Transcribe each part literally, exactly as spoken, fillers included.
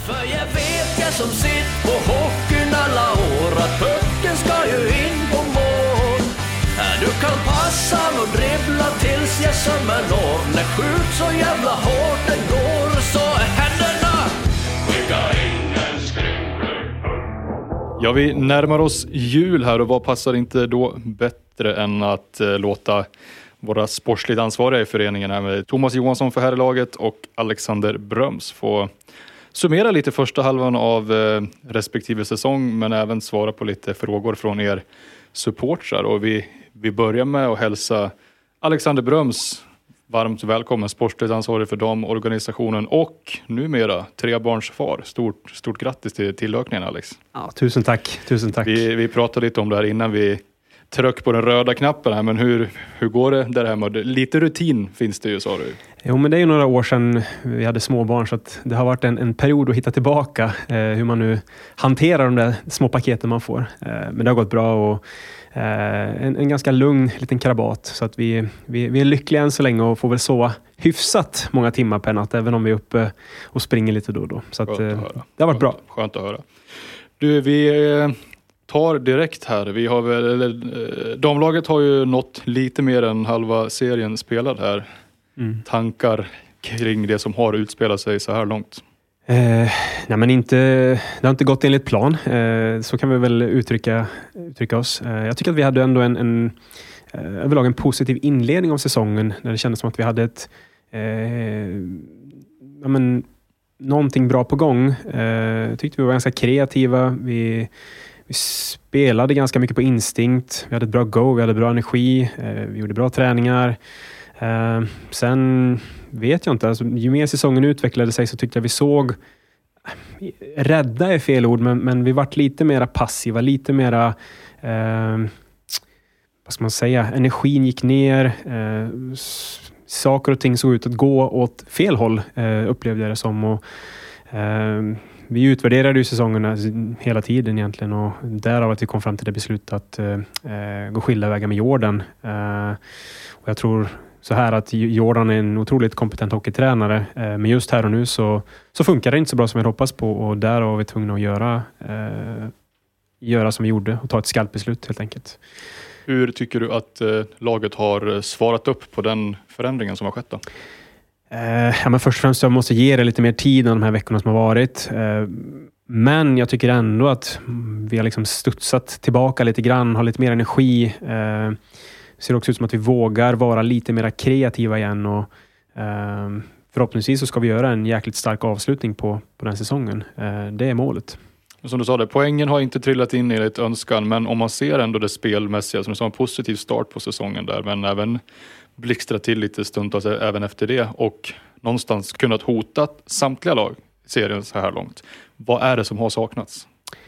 För jag vet jag som sitt på hockeyn alla år att pucken ska ju in på mål. Du kan passa och dribbla tills jag sömmer når. När skjut så jävla hårt den går så händerna skicka ingen skrynkler. Ja, vi närmar oss jul här och vad passar inte då bättre än att eh, låta våra sportsligt ansvariga i föreningen här med Thomas Johansson för herrlaget och Alexander Bröms få summera lite första halvan av eh, respektive säsong men även svara på lite frågor från er supportrar. Och vi, vi börjar med att hälsa Alexander Bröms varmt välkommen, sportsligt ansvarig för damorganisationen och numera trebarnsfar. Stort, stort grattis till tillökningen, Alex. Ja, tusen tack, tusen tack. Vi, vi pratade lite om det här innan vi tryck på den röda knappen här, men hur, hur går det där hemma? Lite rutin finns det ju, sa du. Jo, men det är ju några år sedan vi hade småbarn så att det har varit en, en period att hitta tillbaka eh, hur man nu hanterar de där små paketen man får. Eh, men det har gått bra och eh, en, en ganska lugn liten karabat så att vi, vi, vi är lyckliga än så länge och får väl sova hyfsat många timmar per natt även om vi är uppe och springer lite då och då. Så att, eh, det har varit bra. Skönt att höra. Du, vi... Eh... tar direkt här. Vi har väl, eller, damlaget har ju nått lite mer än halva serien spelad här. Mm. Tankar kring det som har utspelat sig så här långt? Eh, nej men inte, det har inte gått enligt plan. Eh, så kan vi väl uttrycka, uttrycka oss. Eh, jag tycker att vi hade ändå en, en eh, överlag en positiv inledning av säsongen. När det kändes som att vi hade ett eh, ja men, någonting bra på gång. Eh, tyckte vi var ganska kreativa. Vi Vi spelade ganska mycket på instinkt. Vi hade ett bra go, vi hade bra energi. Eh, vi gjorde bra träningar. Eh, sen vet jag inte. Alltså, ju mer säsongen utvecklade sig så tyckte jag vi såg... Rädda är fel ord, men, men vi vart lite mera passiva. Lite mera... Eh, vad ska man säga? Energin gick ner. Eh, saker och ting såg ut att gå åt fel håll, eh, upplevde jag det som. Och... Eh, Vi utvärderade ju säsongerna hela tiden egentligen och därav att vi kom fram till det beslutet att eh, gå skilda vägar med Jordan. Eh, och jag tror så här att Jordan är en otroligt kompetent hockeytränare eh, men just här och nu så, så funkar det inte så bra som jag hoppas på och därav var vi tvungna att göra, eh, göra som vi gjorde och ta ett skarpt beslut helt enkelt. Hur tycker du att eh, laget har svarat upp på den förändringen som har skett då? Ja, men först och främst jag måste ge det lite mer tid än de här veckorna som har varit. Men jag tycker ändå att vi har liksom studsat tillbaka lite grann, har lite mer energi. Det ser också ut som att vi vågar vara lite mer kreativa igen och förhoppningsvis så ska vi göra en jäkligt stark avslutning på, på den säsongen. Det är målet. Som du sa det, poängen har inte trillat in i ett önskan, men om man ser ändå det spelmässiga, som du sa, en positiv start på säsongen där, men även blixtra till lite stundtals även efter det och någonstans kunnat hota samtliga lag i serien så här långt. Vad är det som har saknats?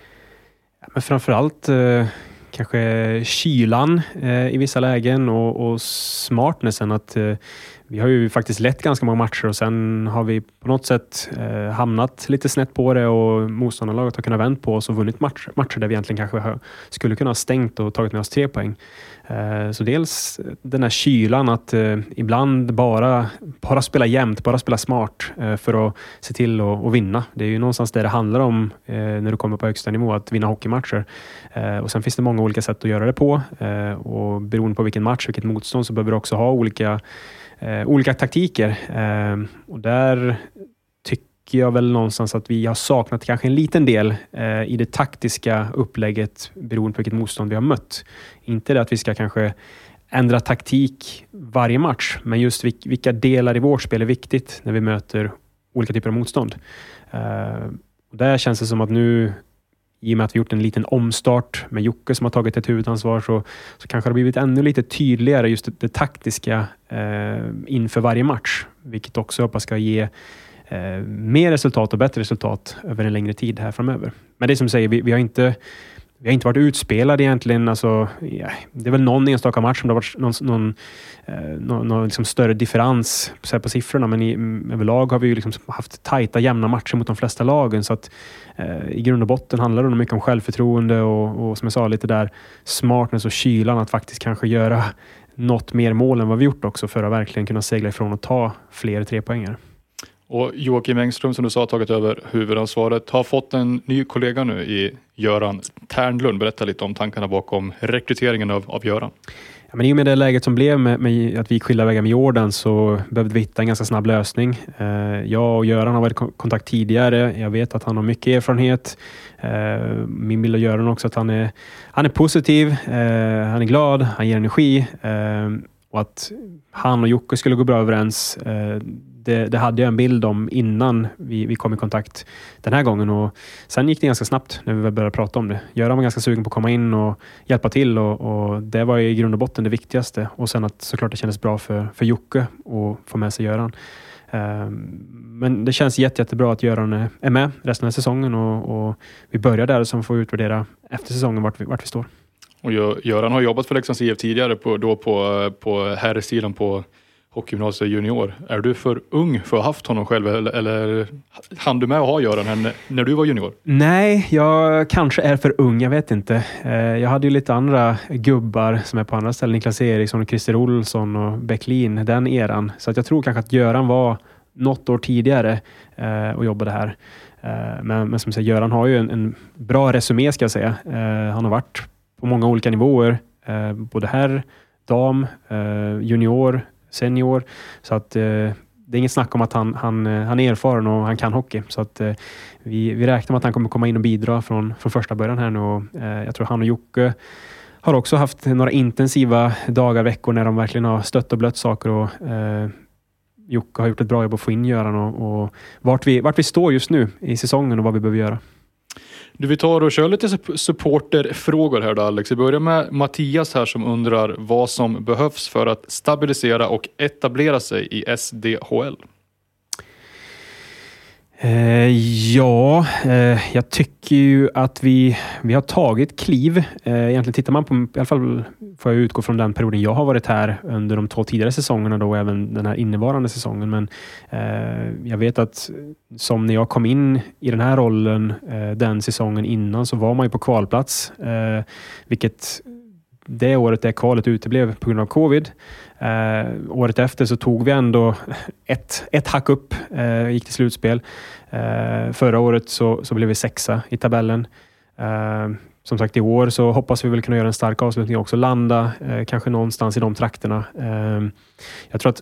Ja, men framförallt eh, kanske kylan eh, i vissa lägen och, och smartnessen att eh, vi har ju faktiskt lett ganska många matcher och sen har vi på något sätt eh, hamnat lite snett på det och motståndarlaget har kunnat vänt på oss och vunnit match, matcher där vi egentligen kanske har, skulle kunna ha stängt och tagit med oss tre poäng. Eh, så dels den här kylan att eh, ibland bara, bara spela jämnt, bara spela smart eh, för att se till att vinna. Det är ju någonstans det det handlar om eh, när du kommer på högsta nivå, att vinna hockeymatcher. Eh, och sen finns det många olika sätt att göra det på eh, och beroende på vilken match, vilket motstånd så behöver du också ha olika Eh, olika taktiker eh, och där tycker jag väl någonstans att vi har saknat kanske en liten del eh, i det taktiska upplägget beroende på vilket motstånd vi har mött. Inte det att vi ska kanske ändra taktik varje match, men just vil- vilka delar i vårt spel är viktigt när vi möter olika typer av motstånd. Eh, och där känns det som att nu i och med att vi gjort en liten omstart med Jocke som har tagit ett huvudansvar så, så kanske det har blivit ännu lite tydligare just det, det taktiska eh, inför varje match. Vilket också hoppas ska ge eh, mer resultat och bättre resultat över en längre tid här framöver. Men det som säger, vi, vi har inte vi har inte varit utspelade egentligen. Alltså, ja, det är väl någon enstaka match som det har varit någon, någon, eh, någon, någon liksom större differens på, på siffrorna. Men i, överlag har vi ju liksom haft tajta, jämna matcher mot de flesta lagen. Så att eh, i grund och botten handlar det mycket om självförtroende och, och som jag sa lite där smartness och kylan att faktiskt kanske göra något mer mål än vad vi gjort också för att verkligen kunna segla ifrån och ta fler trepoängare. Och Joakim Engström, som du sa, har tagit över huvudansvaret, har fått en ny kollega nu i Göran Ternlund. Berätta lite om tankarna bakom rekryteringen av, av Göran. Ja, men i och med det läget som blev med, med att vi skilda vägar med Jordan, så behövde vi hitta en ganska snabb lösning. Eh, jag och Göran har varit i kontakt tidigare. Jag vet att han har mycket erfarenhet. Eh, min bild av Göran också att han är, han är positiv, eh, han är glad, han ger energi. Eh, och att han och Jocke skulle gå bra överens, eh, Det, det hade jag en bild om innan vi, vi kom i kontakt den här gången, och sen gick det ganska snabbt när vi började prata om det. Göran var ganska sugen på att komma in och hjälpa till, och, och det var i grund och botten det viktigaste. Och sen att såklart det kändes bra för, för Jocke att få med sig Göran. Um, men det känns jätte, jättebra att Göran är, är med resten av säsongen, och, och vi börjar där som får utvärdera efter säsongen vart vi, vart vi står. Och Göran har jobbat för Leksands I F tidigare på, då på, på herrsidan på Hockeygymnasiet junior. Är du för ung för att ha haft honom själv, eller, eller hann du med att ha Göran när, när du var junior? Nej, jag kanske är för ung, jag vet inte. Jag hade ju lite andra gubbar som är på andra ställen, Niklas Eriksson och Christer Olsson och Bäcklin, den eran. Så att jag tror kanske att Göran var något år tidigare och jobbade här. Men, men som sagt, Göran har ju en, en bra resumé, ska jag säga. Han har varit på många olika nivåer, både här, dam, junior, senior, så att eh, det är inget snack om att han, han, han är erfaren och han kan hockey, så att eh, vi, vi räknar med att han kommer komma in och bidra från, från första början här nu, och eh, jag tror han och Jocke har också haft några intensiva dagar, veckor när de verkligen har stött och blött saker, och eh, Jocke har gjort ett bra jobb att få in Göran och, och vart, vi, vart vi står just nu i säsongen och vad vi behöver göra. Du, vi tar och kör lite supporterfrågor här då, Alex. Vi börjar med Mattias här som undrar vad som behövs för att stabilisera och etablera sig i S D H L. Eh, ja, eh, jag tycker ju att vi, vi har tagit kliv. Eh, egentligen tittar man på, i alla fall får jag utgå från den perioden jag har varit här under de två tidigare säsongerna då, och även den här innevarande säsongen. Men eh, jag vet att som när jag kom in i den här rollen eh, den säsongen innan, så var man ju på kvalplats. Eh, vilket det året det kvalet uteblev på grund av covid. Eh, året efter så tog vi ändå ett, ett hack upp, eh, gick till slutspel. Eh, förra året så, så blev vi sexa i tabellen. Eh, som sagt, i år så hoppas vi väl kunna göra en stark avslutning och också landa eh, kanske någonstans i de trakterna. Eh, jag tror att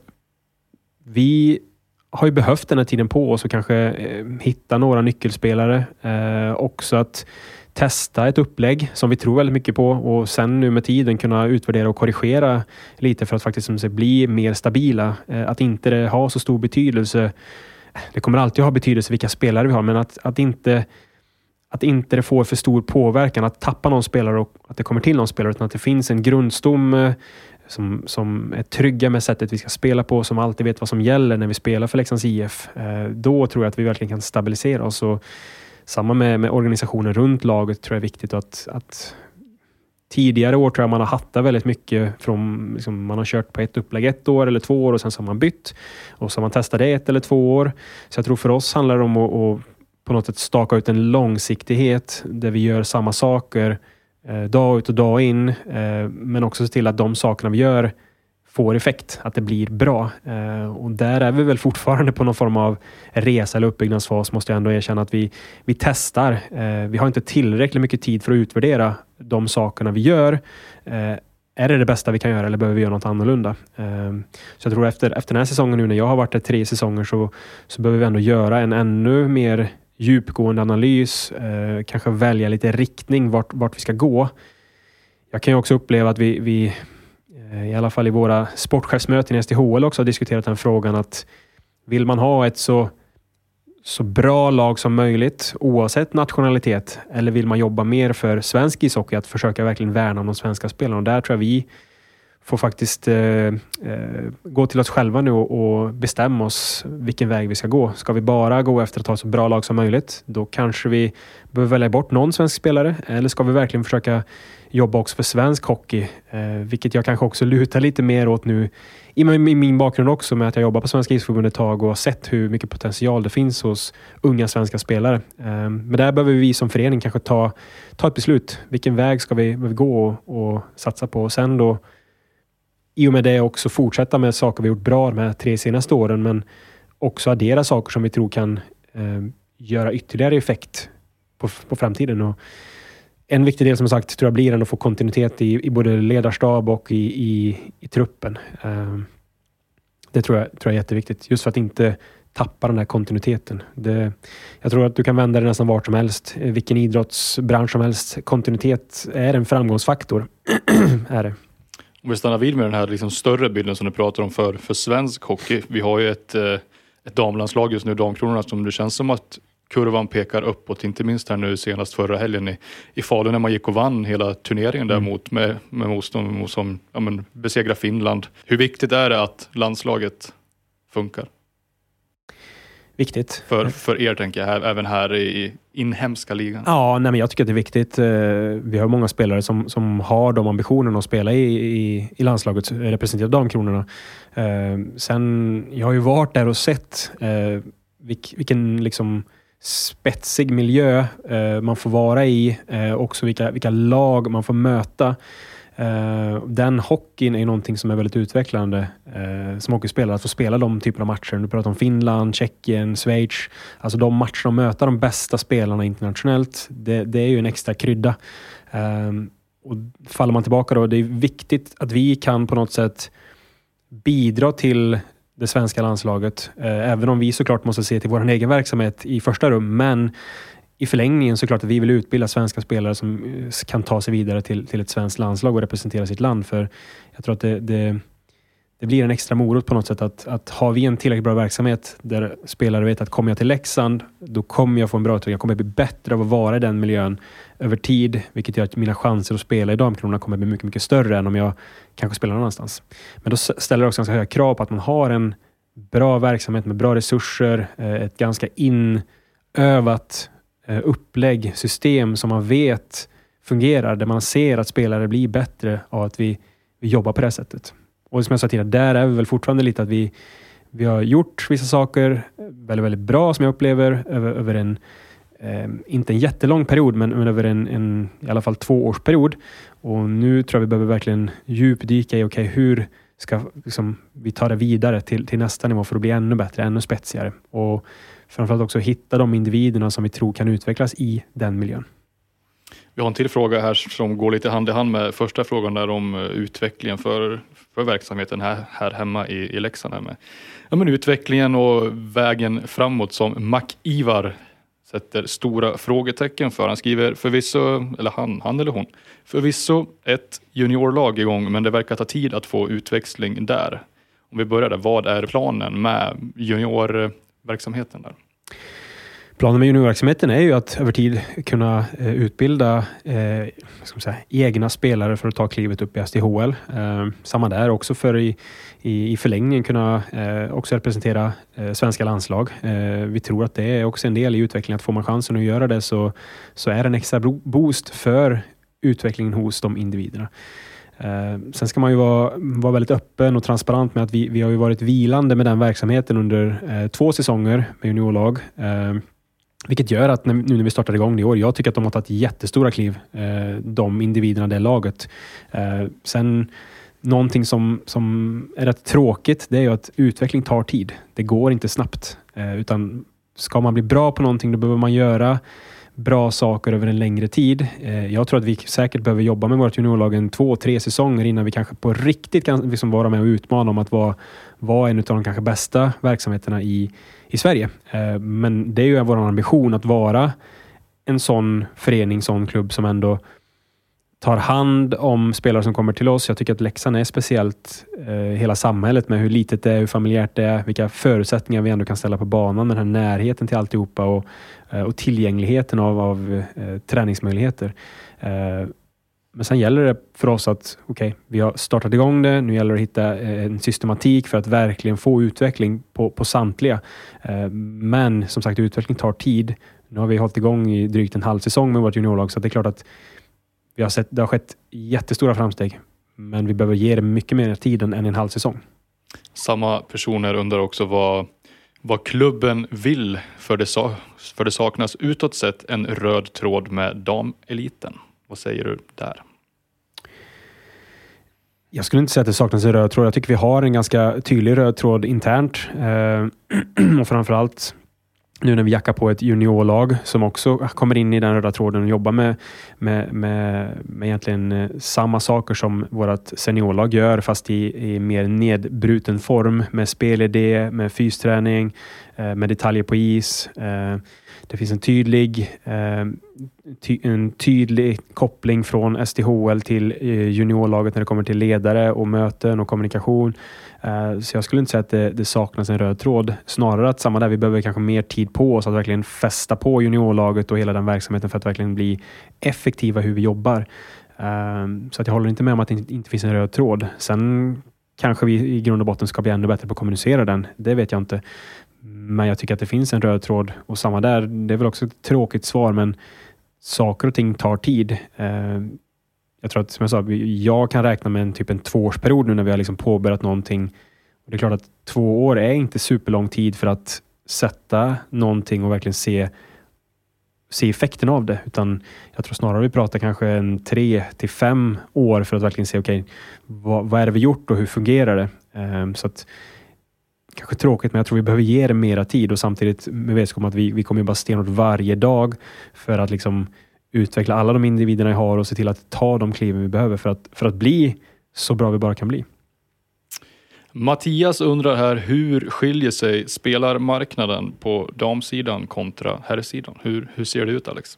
vi har ju behövt den här tiden på oss och kanske eh, hitta några nyckelspelare. Eh, också att testa ett upplägg som vi tror väldigt mycket på, och sen nu med tiden kunna utvärdera och korrigera lite för att faktiskt som sagt, bli mer stabila. Eh, att inte det har så stor betydelse. Det kommer alltid ha betydelse vilka spelare vi har, men att, att inte att inte det får för stor påverkan att tappa någon spelare och att det kommer till någon spelare, utan att det finns en grundstomme som, som är trygga med sättet vi ska spela på, som alltid vet vad som gäller när vi spelar för Leksands I F. Eh, då tror jag att vi verkligen kan stabilisera oss, och samma med, med organisationen runt laget tror jag är viktigt. Att, att tidigare år tror jag man har hattat väldigt mycket från, liksom, man har kört på ett upplägg ett år eller två år och sen så har man bytt och så har man testat det ett eller två år. Så jag tror för oss handlar det om att, att på något sätt staka ut en långsiktighet där vi gör samma saker eh, dag ut och dag in, eh, men också se till att de sakerna vi gör får effekt, att det blir bra. Eh, och där är vi väl fortfarande på någon form av resa eller uppbyggnadsfas, måste jag ändå erkänna att vi, vi testar. Eh, vi har inte tillräckligt mycket tid för att utvärdera de sakerna vi gör. Eh, är det det bästa vi kan göra eller behöver vi göra något annorlunda? Eh, så jag tror efter, efter den här säsongen nu, när jag har varit där tre säsonger, så, så behöver vi ändå göra en ännu mer djupgående analys. Eh, kanske välja lite riktning vart, vart vi ska gå. Jag kan ju också uppleva att vi, vi i alla fall i våra sportchefsmöten i S D H L också har diskuterat den frågan, att vill man ha ett så, så bra lag som möjligt oavsett nationalitet, eller vill man jobba mer för svensk ishockey, att försöka verkligen värna om de svenska spelarna? Och där tror jag vi får faktiskt eh, eh, gå till oss själva nu och, och bestämma oss vilken väg vi ska gå. Ska vi bara gå efter att ha så bra lag som möjligt, då kanske vi behöver välja bort någon svensk spelare, eller ska vi verkligen försöka jobba också för svensk hockey, eh, vilket jag kanske också lutar lite mer åt nu i min, i min bakgrund också, med att jag jobbar på Svenska isförbundet ett tag och har sett hur mycket potential det finns hos unga svenska spelare. Eh, men där behöver vi som förening kanske ta, ta ett beslut. Vilken väg ska vi, vi gå och, och satsa på? Och sen då i och med det också fortsätta med saker vi gjort bra med tre senaste åren, men också addera saker som vi tror kan eh, göra ytterligare effekt på, på framtiden. Och en viktig del som sagt tror jag blir att få kontinuitet i, i både ledarstab och i, i, i truppen. Eh, det tror jag, tror jag är jätteviktigt. Just för att inte tappa den här kontinuiteten. Det, jag tror att du kan vända det nästan vart som helst. Vilken idrottsbransch som helst. Kontinuitet är en framgångsfaktor. är det. Om vi stannar vid med den här liksom större bilden som du pratar om för, för svensk hockey. Vi har ju ett, ett damlandslag just nu, Damkronorna, som det känns som att kurvan pekar uppåt. Inte minst här nu senast förra helgen i, i Falun när man gick och vann hela turneringen mm. däremot med, med motstånd som ja, men, besegra Finland. Hur viktigt är det att landslaget funkar? Viktigt. För, för er tänker jag, här, även här i inhemska ligan. Ja, nej, men jag tycker att det är viktigt. Vi har många spelare som, som har de ambitionerna att spela i, i, i landslaget, representera Damkronorna. Sen, jag har ju varit där och sett vilk, vilken liksom spetsig miljö man får vara i. Också vilka, vilka lag man får möta. Uh, den hockeyn är någonting som är väldigt utvecklande uh, som hockeyspelare, att få spela de typerna av matcher. Du pratar om Finland, Tjeckien, Schweiz, alltså de matcherna och möta de bästa spelarna internationellt, det, det är ju en extra krydda. Uh, och faller man tillbaka då, det är viktigt att vi kan på något sätt bidra till det svenska landslaget, uh, även om vi såklart måste se till vår egen verksamhet i första rum, men i förlängningen så klart att vi vill utbilda svenska spelare som kan ta sig vidare till, till ett svenskt landslag och representera sitt land. För jag tror att det, det, det blir en extra morot på något sätt att, att har vi en tillräckligt bra verksamhet där spelare vet att kommer jag till Leksand, då kommer jag få en bra utveckling. Jag kommer bli bättre av att vara i den miljön över tid, vilket gör att mina chanser att spela i Damkronorna kommer bli mycket, mycket större än om jag kanske spelar någon annanstans. Men då ställer det också ganska höga krav på att man har en bra verksamhet med bra resurser, ett ganska inövat upplägg, system som man vet fungerar, där man ser att spelare blir bättre av att vi, vi jobbar på det sättet. Och som jag sa tidigare, där är vi väl fortfarande lite att vi, vi har gjort vissa saker väldigt, väldigt bra som jag upplever över, över en, eh, inte en jättelång period, men, men över en, en i alla fall två års period. Och nu tror jag vi behöver verkligen djupdyka i, okej, okay, hur ska liksom, vi ta det vidare till, till nästa nivå för att bli ännu bättre, ännu spetsigare. Och framförallt också hitta de individerna som vi tror kan utvecklas i den miljön. Vi har en till fråga här som går lite hand i hand med första frågan där om utvecklingen för, för verksamheten här, här hemma i, i Leksand. Här med. Ja, men utvecklingen och vägen framåt som Mac-Ivar sätter stora frågetecken för. Han skriver förvisso, eller han, han eller hon, förvisso ett juniorlag igång, men det verkar ta tid att få utväxling där. Om vi börjar där, vad är planen med juniorverksamheten där? Planen med juniorverksamheten är ju att över tid kunna eh, utbilda eh, ska man säga, egna spelare för att ta klivet upp i S D H L. Eh, samma där också för i, i, i förlängningen kunna eh, också representera eh, svenska landslag. Eh, vi tror att det är också en del i utvecklingen. Att får man chansen att göra det så, så är det en extra boost för utvecklingen hos de individerna. Eh, sen ska man ju vara, vara väldigt öppen och transparent med att vi, vi har ju varit vilande med den verksamheten under eh, två säsonger med juniorlag. Eh, Vilket gör att när, nu när vi startar igång i år, jag tycker att de har tagit jättestora kliv, eh, de individerna, det laget. Eh, sen någonting som, som är rätt tråkigt, det är ju att utveckling tar tid. Det går inte snabbt. Eh, utan ska man bli bra på någonting, då behöver man göra bra saker över en längre tid. Eh, jag tror att vi säkert behöver jobba med vårt juniorlag en två, tre säsonger innan vi kanske på riktigt kan liksom vara med och utmana om att vara, vara en av de kanske bästa verksamheterna i i Sverige. Men det är ju vår ambition att vara en sån förening, sån klubb som ändå tar hand om spelare som kommer till oss. Jag tycker att Leksand är speciellt eh, hela samhället med hur litet det är, hur familjärt det är, vilka förutsättningar vi ändå kan ställa på banan, den här närheten till alltihopa och, och tillgängligheten av, av eh, träningsmöjligheter. Eh, Men sen gäller det för oss att okej, okay, vi har startat igång det. Nu gäller det att hitta en systematik för att verkligen få utveckling på, på samtliga. Men som sagt, utveckling tar tid. Nu har vi hållit igång i drygt en halv säsong med vårt juniorlag, så det är klart att vi har sett, det har skett jättestora framsteg. Men vi behöver ge det mycket mer tid än en halv säsong. Samma personer undrar också vad, vad klubben vill, för det, för det saknas utåt sett en röd tråd med dameliten. Vad säger du där? Jag skulle inte säga att det saknas en röd tråd. Jag tycker vi har en ganska tydlig röd tråd internt. Eh, och framförallt nu när vi jackar på ett juniorlag som också kommer in i den röda tråden och jobbar med, med, med, med egentligen samma saker som vårt seniorlag gör, fast i, i mer nedbruten form med spelidé, med fysträning, eh, med detaljer på is. Eh, det finns en tydlig, eh, ty, en tydlig koppling från S D H L till eh, juniorlaget när det kommer till ledare och möten och kommunikation. Uh, så jag skulle inte säga att det, det saknas en röd tråd. Snarare att samma där, vi behöver kanske mer tid på oss att verkligen fästa på juniorlaget och hela den verksamheten för att verkligen bli effektiva hur vi jobbar. Uh, så att jag håller inte med om att det inte finns en röd tråd. Sen kanske vi i grund och botten ska bli ännu bättre på att kommunicera den. Det vet jag inte. Men jag tycker att det finns en röd tråd. Och samma där, det är väl också ett tråkigt svar, men saker och ting tar tid. Uh, Jag tror att, som jag sa, jag kan räkna med en typ en tvåårsperiod nu när vi har liksom påbörjat någonting. Och det är klart att två år är inte superlång tid för att sätta någonting och verkligen se, se effekten av det. Utan jag tror snarare vi pratar kanske en tre till fem år för att verkligen se, okej, okay, vad, vad är det vi gjort och hur fungerar det? Um, så att kanske tråkigt, men jag tror vi behöver ge det mera tid, och samtidigt med vetskap att vi, vi kommer ju bara stenhårt varje dag för att liksom utveckla alla de individerna vi har och se till att ta de kliven vi behöver för att, för att bli så bra vi bara kan bli. Mattias undrar här, hur skiljer sig spelarmarknaden på damsidan kontra herrsidan? Hur, hur ser det ut, Alex?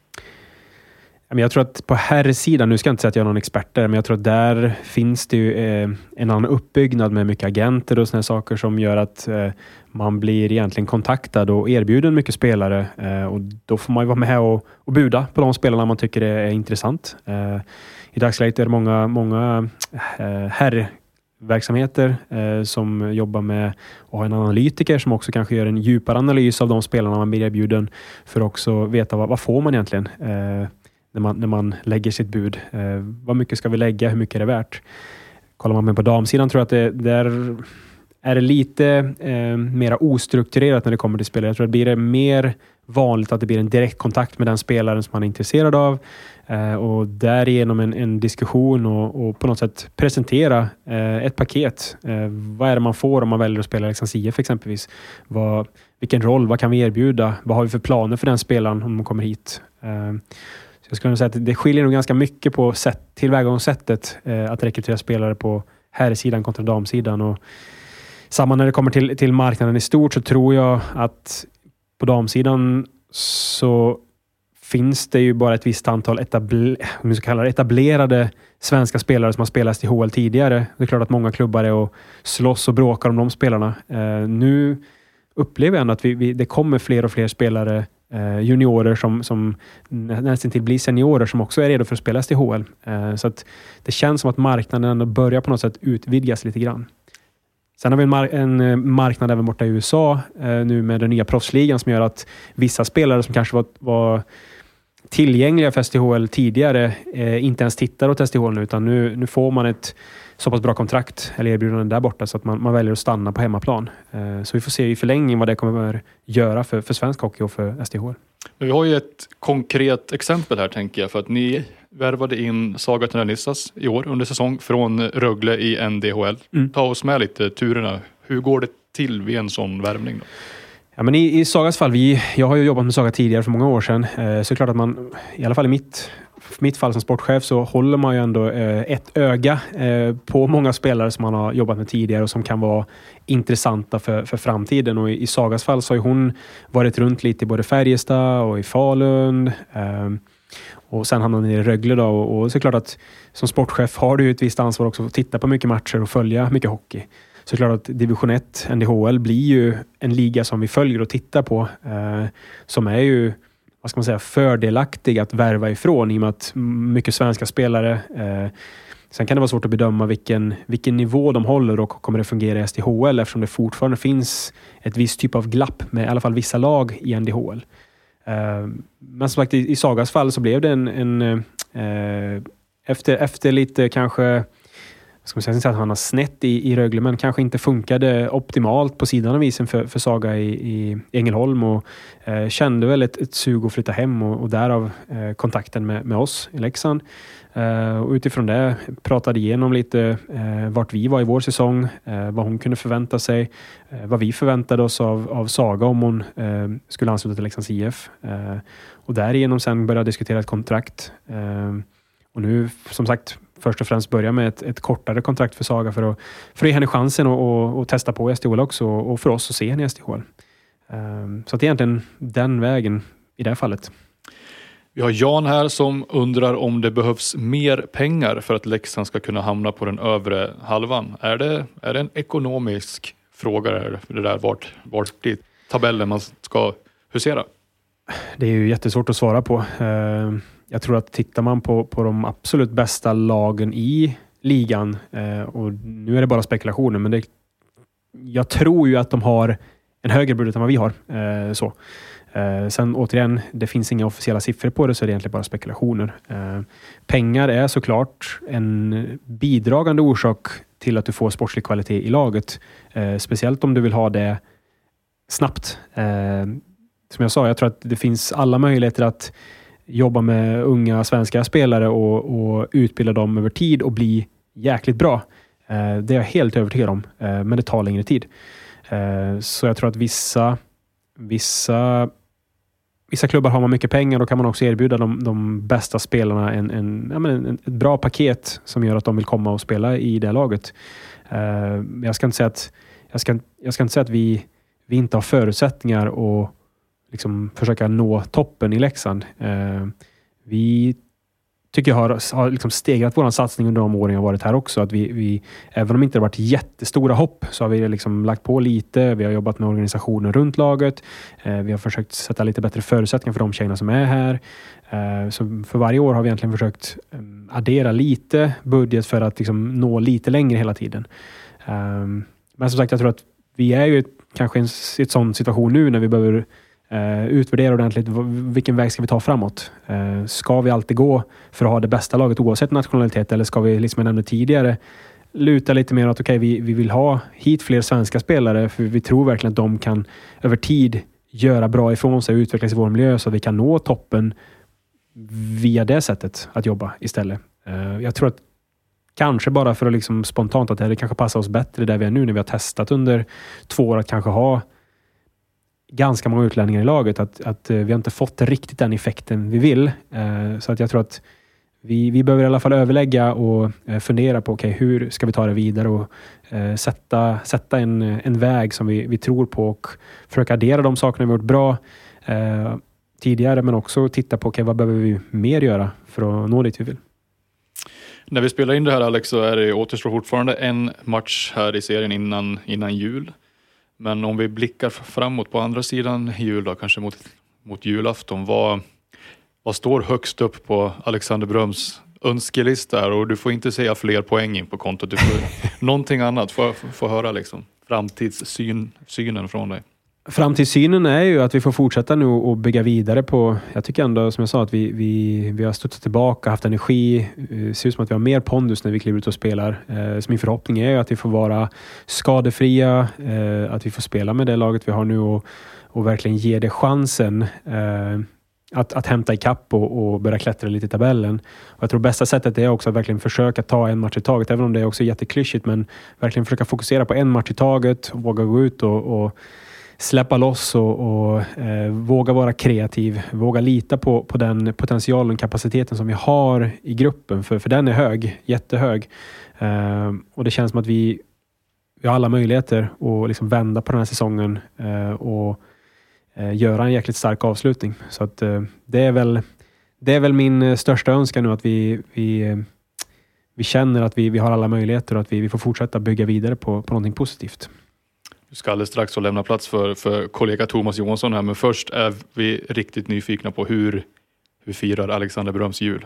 Jag tror att på herrsidan, nu ska jag inte säga att jag är någon expert där, men jag tror att där finns det ju eh, en annan uppbyggnad med mycket agenter och såna saker som gör att eh, man blir egentligen kontaktad och erbjuden mycket spelare, eh, och då får man ju vara med och, och buda på de spelarna man tycker är intressant. Eh, I dagsläget är det många, många eh, herrverksamheter eh, som jobbar med och har en analytiker som också kanske gör en djupare analys av de spelarna man blir erbjuden för att också veta vad, vad får man egentligen eh, När man, när man lägger sitt bud. Eh, vad mycket ska vi lägga? Hur mycket är det värt? Kollar man med på damsidan tror jag att det där är det lite eh, mera ostrukturerat när det kommer till spelare. Jag tror att det blir det mer vanligt att det blir en direkt kontakt med den spelaren som man är intresserad av. Eh, och därigenom en, en diskussion och, och på något sätt presentera eh, ett paket. Eh, vad är det man får om man väljer att spela Leksands I F exempelvis? Vad, vilken roll? Vad kan vi erbjuda? Vad har vi för planer för den spelaren om man kommer hit? Eh, Jag skulle säga att det skiljer nog ganska mycket på sätt, tillvägagångssättet eh, att rekrytera spelare på herrsidan kontra damsidan. Och samma när det kommer till, till marknaden i stort, så tror jag att på damsidan så finns det ju bara ett visst antal etabler, om vi ska kalla det, etablerade svenska spelare som har spelat i H L tidigare. Det är klart att många klubbar är och slåss och bråkar om de spelarna. Eh, nu upplever jag ändå att vi, vi, det kommer fler och fler spelare, Uh, juniorer som, som nästan till blir seniorer som också är redo för att spela S D H L. Uh, så att det känns som att marknaden börjar på något sätt utvidgas lite grann. Sen har vi en, mar- en marknad även borta i U S A uh, nu med den nya proffsligan som gör att vissa spelare som kanske var, var tillgängliga för S D H L tidigare uh, inte ens tittar åt S D H L nu, utan nu, nu får man ett så pass bra kontrakt eller erbjudanden där borta så att man, man väljer att stanna på hemmaplan. Eh, så vi får se i förlängning vad det kommer att göra för, för svensk hockey och för S D H L. Vi har ju ett konkret exempel här, tänker jag, för att ni värvade in Saga Törnelissas i år under säsong från Rögle i N D H L. Mm. Ta oss med lite turerna. Hur går det till vid en sån värvning då? Ja, men i, i Sagas fall, vi, jag har ju jobbat med Saga tidigare för många år sedan, eh, så är det klart att man, i alla fall i mitt För mitt fall som sportchef, så håller man ju ändå eh, ett öga eh, på många spelare som man har jobbat med tidigare och som kan vara intressanta för, för framtiden. Och i, i Sagas fall så har hon varit runt lite i både Färjestad och i Falun. Eh, och sen hamnade hon i Rögle då. Och, och så är det klart att som sportchef har du ju ett visst ansvar också att titta på mycket matcher och följa mycket hockey. Så det är klart att division ett, N D H L, blir ju en liga som vi följer och tittar på. Eh, som är ju, vad ska man säga, fördelaktig att värva ifrån i och med att mycket svenska spelare. Eh, sen kan det vara svårt att bedöma vilken, vilken nivå de håller och kommer det fungera i S D H L, eftersom det fortfarande finns ett visst typ av glapp med i alla fall vissa lag i N D H L. Eh, men som sagt, i, i Sagas fall så blev det en, en eh, efter, efter lite kanske, ska man säga inte att han har snett i, i Rögle, men kanske inte funkade optimalt på sidan av isen för, för Saga i, i Ängelholm och eh, kände väl ett, ett sug att flytta hem och, och därav eh, kontakten med, med oss i Leksand. Uh, och utifrån det pratade igenom lite uh, vart vi var i vår säsong, uh, vad hon kunde förvänta sig, uh, vad vi förväntade oss av, av Saga om hon uh, skulle ansluta till Leksands I F. Uh, och därigenom sen började diskutera ett kontrakt. Uh, och nu som sagt först och främst börja med ett, ett kortare kontrakt för Saga för att, för att ge henne chansen och, och, och testa på S D H L också och för oss att se henne i S D H L. Uh, så att egentligen den vägen i det här fallet. Vi har Jan här som undrar om det behövs mer pengar för att Leksand ska kunna hamna på den övre halvan. Är det, är det en ekonomisk fråga där, det där vart, vart i tabellen man ska husera? Det är ju jättesvårt att svara på. Jag tror att tittar man på, på de absolut bästa lagen i ligan, och nu är det bara spekulationer, men det, jag tror ju att de har en högre budget än vad vi har. Så. Eh, sen återigen, det finns inga officiella siffror på det, så är det egentligen bara spekulationer. Eh, pengar är såklart en bidragande orsak till att du får sportslig kvalitet i laget. Eh, speciellt om du vill ha det snabbt. Eh, som jag sa, jag tror att det finns alla möjligheter att jobba med unga svenska spelare och, och utbilda dem över tid och bli jäkligt bra. Eh, det är jag helt övertygad om, eh, men det tar längre tid. Eh, så jag tror att vissa Vissa, vissa klubbar har man mycket pengar, då kan man också erbjuda de, de bästa spelarna en, en, ja, men en, ett bra paket som gör att de vill komma och spela i det laget. Uh, jag ska inte säga att, jag ska, jag ska inte säga att vi, vi inte har förutsättningar att liksom försöka nå toppen i Leksand. Uh, vi tycker jag har, har liksom stegrat vår satsning under de åren jag har varit här också. Att vi, vi, även om det inte har varit jättestora hopp, så har vi liksom lagt på lite. Vi har jobbat med organisationen runt laget. Eh, vi har försökt sätta lite bättre förutsättningar för de tjejerna som är här. Eh, så för varje år har vi egentligen försökt eh, addera lite budget för att liksom nå lite längre hela tiden. Eh, men som sagt, jag tror att vi är ju kanske i en, en sån situation nu när vi behöver Uh, utvärdera ordentligt vilken väg ska vi ta framåt. Uh, ska vi alltid gå för att ha det bästa laget oavsett nationalitet, eller ska vi, liksom jag nämnde tidigare, luta lite mer att okej, okay, vi, vi vill ha hit fler svenska spelare, för vi tror verkligen att de kan över tid göra bra ifrån sig och utvecklas i vår miljö så att vi kan nå toppen via det sättet att jobba istället. Uh, jag tror att kanske bara för att liksom spontant att det kanske passar oss bättre där vi är nu när vi har testat under två år att kanske ha ganska många utlänningar i laget, att, att vi har inte fått riktigt den effekten vi vill. Eh, så att jag tror att vi, vi behöver i alla fall överlägga och eh, fundera på okay, hur ska vi ta det vidare och eh, sätta, sätta en, en väg som vi, vi tror på och försöka addera de sakerna vi gjort bra eh, tidigare, men också titta på okay, vad behöver vi mer göra för att nå dit vi vill. När vi spelar in det här, Alex, så är det återstår fortfarande en match här i serien innan, innan jul. Men om vi blickar framåt på andra sidan jul då, kanske mot, mot julafton, vad, vad står högst upp på Alexander Bröms önskelista här? Och du får inte säga fler poäng in på kontot, du får någonting annat, få, få höra liksom framtidssynen från dig. Framtidssynen är ju att vi får fortsätta nu och bygga vidare på, jag tycker ändå som jag sa att vi, vi, vi har studsat tillbaka, haft energi, det ser ut som att vi har mer pondus när vi kliver ut och spelar. Eh, så min förhoppning är ju att vi får vara skadefria, eh, att vi får spela med det laget vi har nu och, och verkligen ge det chansen eh, att, att hämta ikapp och, och börja klättra lite i tabellen. Och jag tror bästa sättet är också att verkligen försöka ta en match i taget, även om det är också jätteklyschigt, men verkligen försöka fokusera på en match i taget och våga gå ut och, och släppa loss och, och eh, våga vara kreativ, våga lita på, på den potentialen och kapaciteten som vi har i gruppen, för, för den är hög, jättehög. Eh, och det känns som att vi, vi har alla möjligheter att liksom vända på den här säsongen eh, och eh, göra en jäkligt stark avslutning. Så att eh, det är väl det är väl min största önskan nu, att vi, vi, vi känner att vi, vi har alla möjligheter och att vi, vi får fortsätta bygga vidare på, på någonting positivt. Du ska alldeles strax få lämna plats för, för kollega Thomas Johansson här, men först är vi riktigt nyfikna på hur, hur firar Alexander Bröms jul?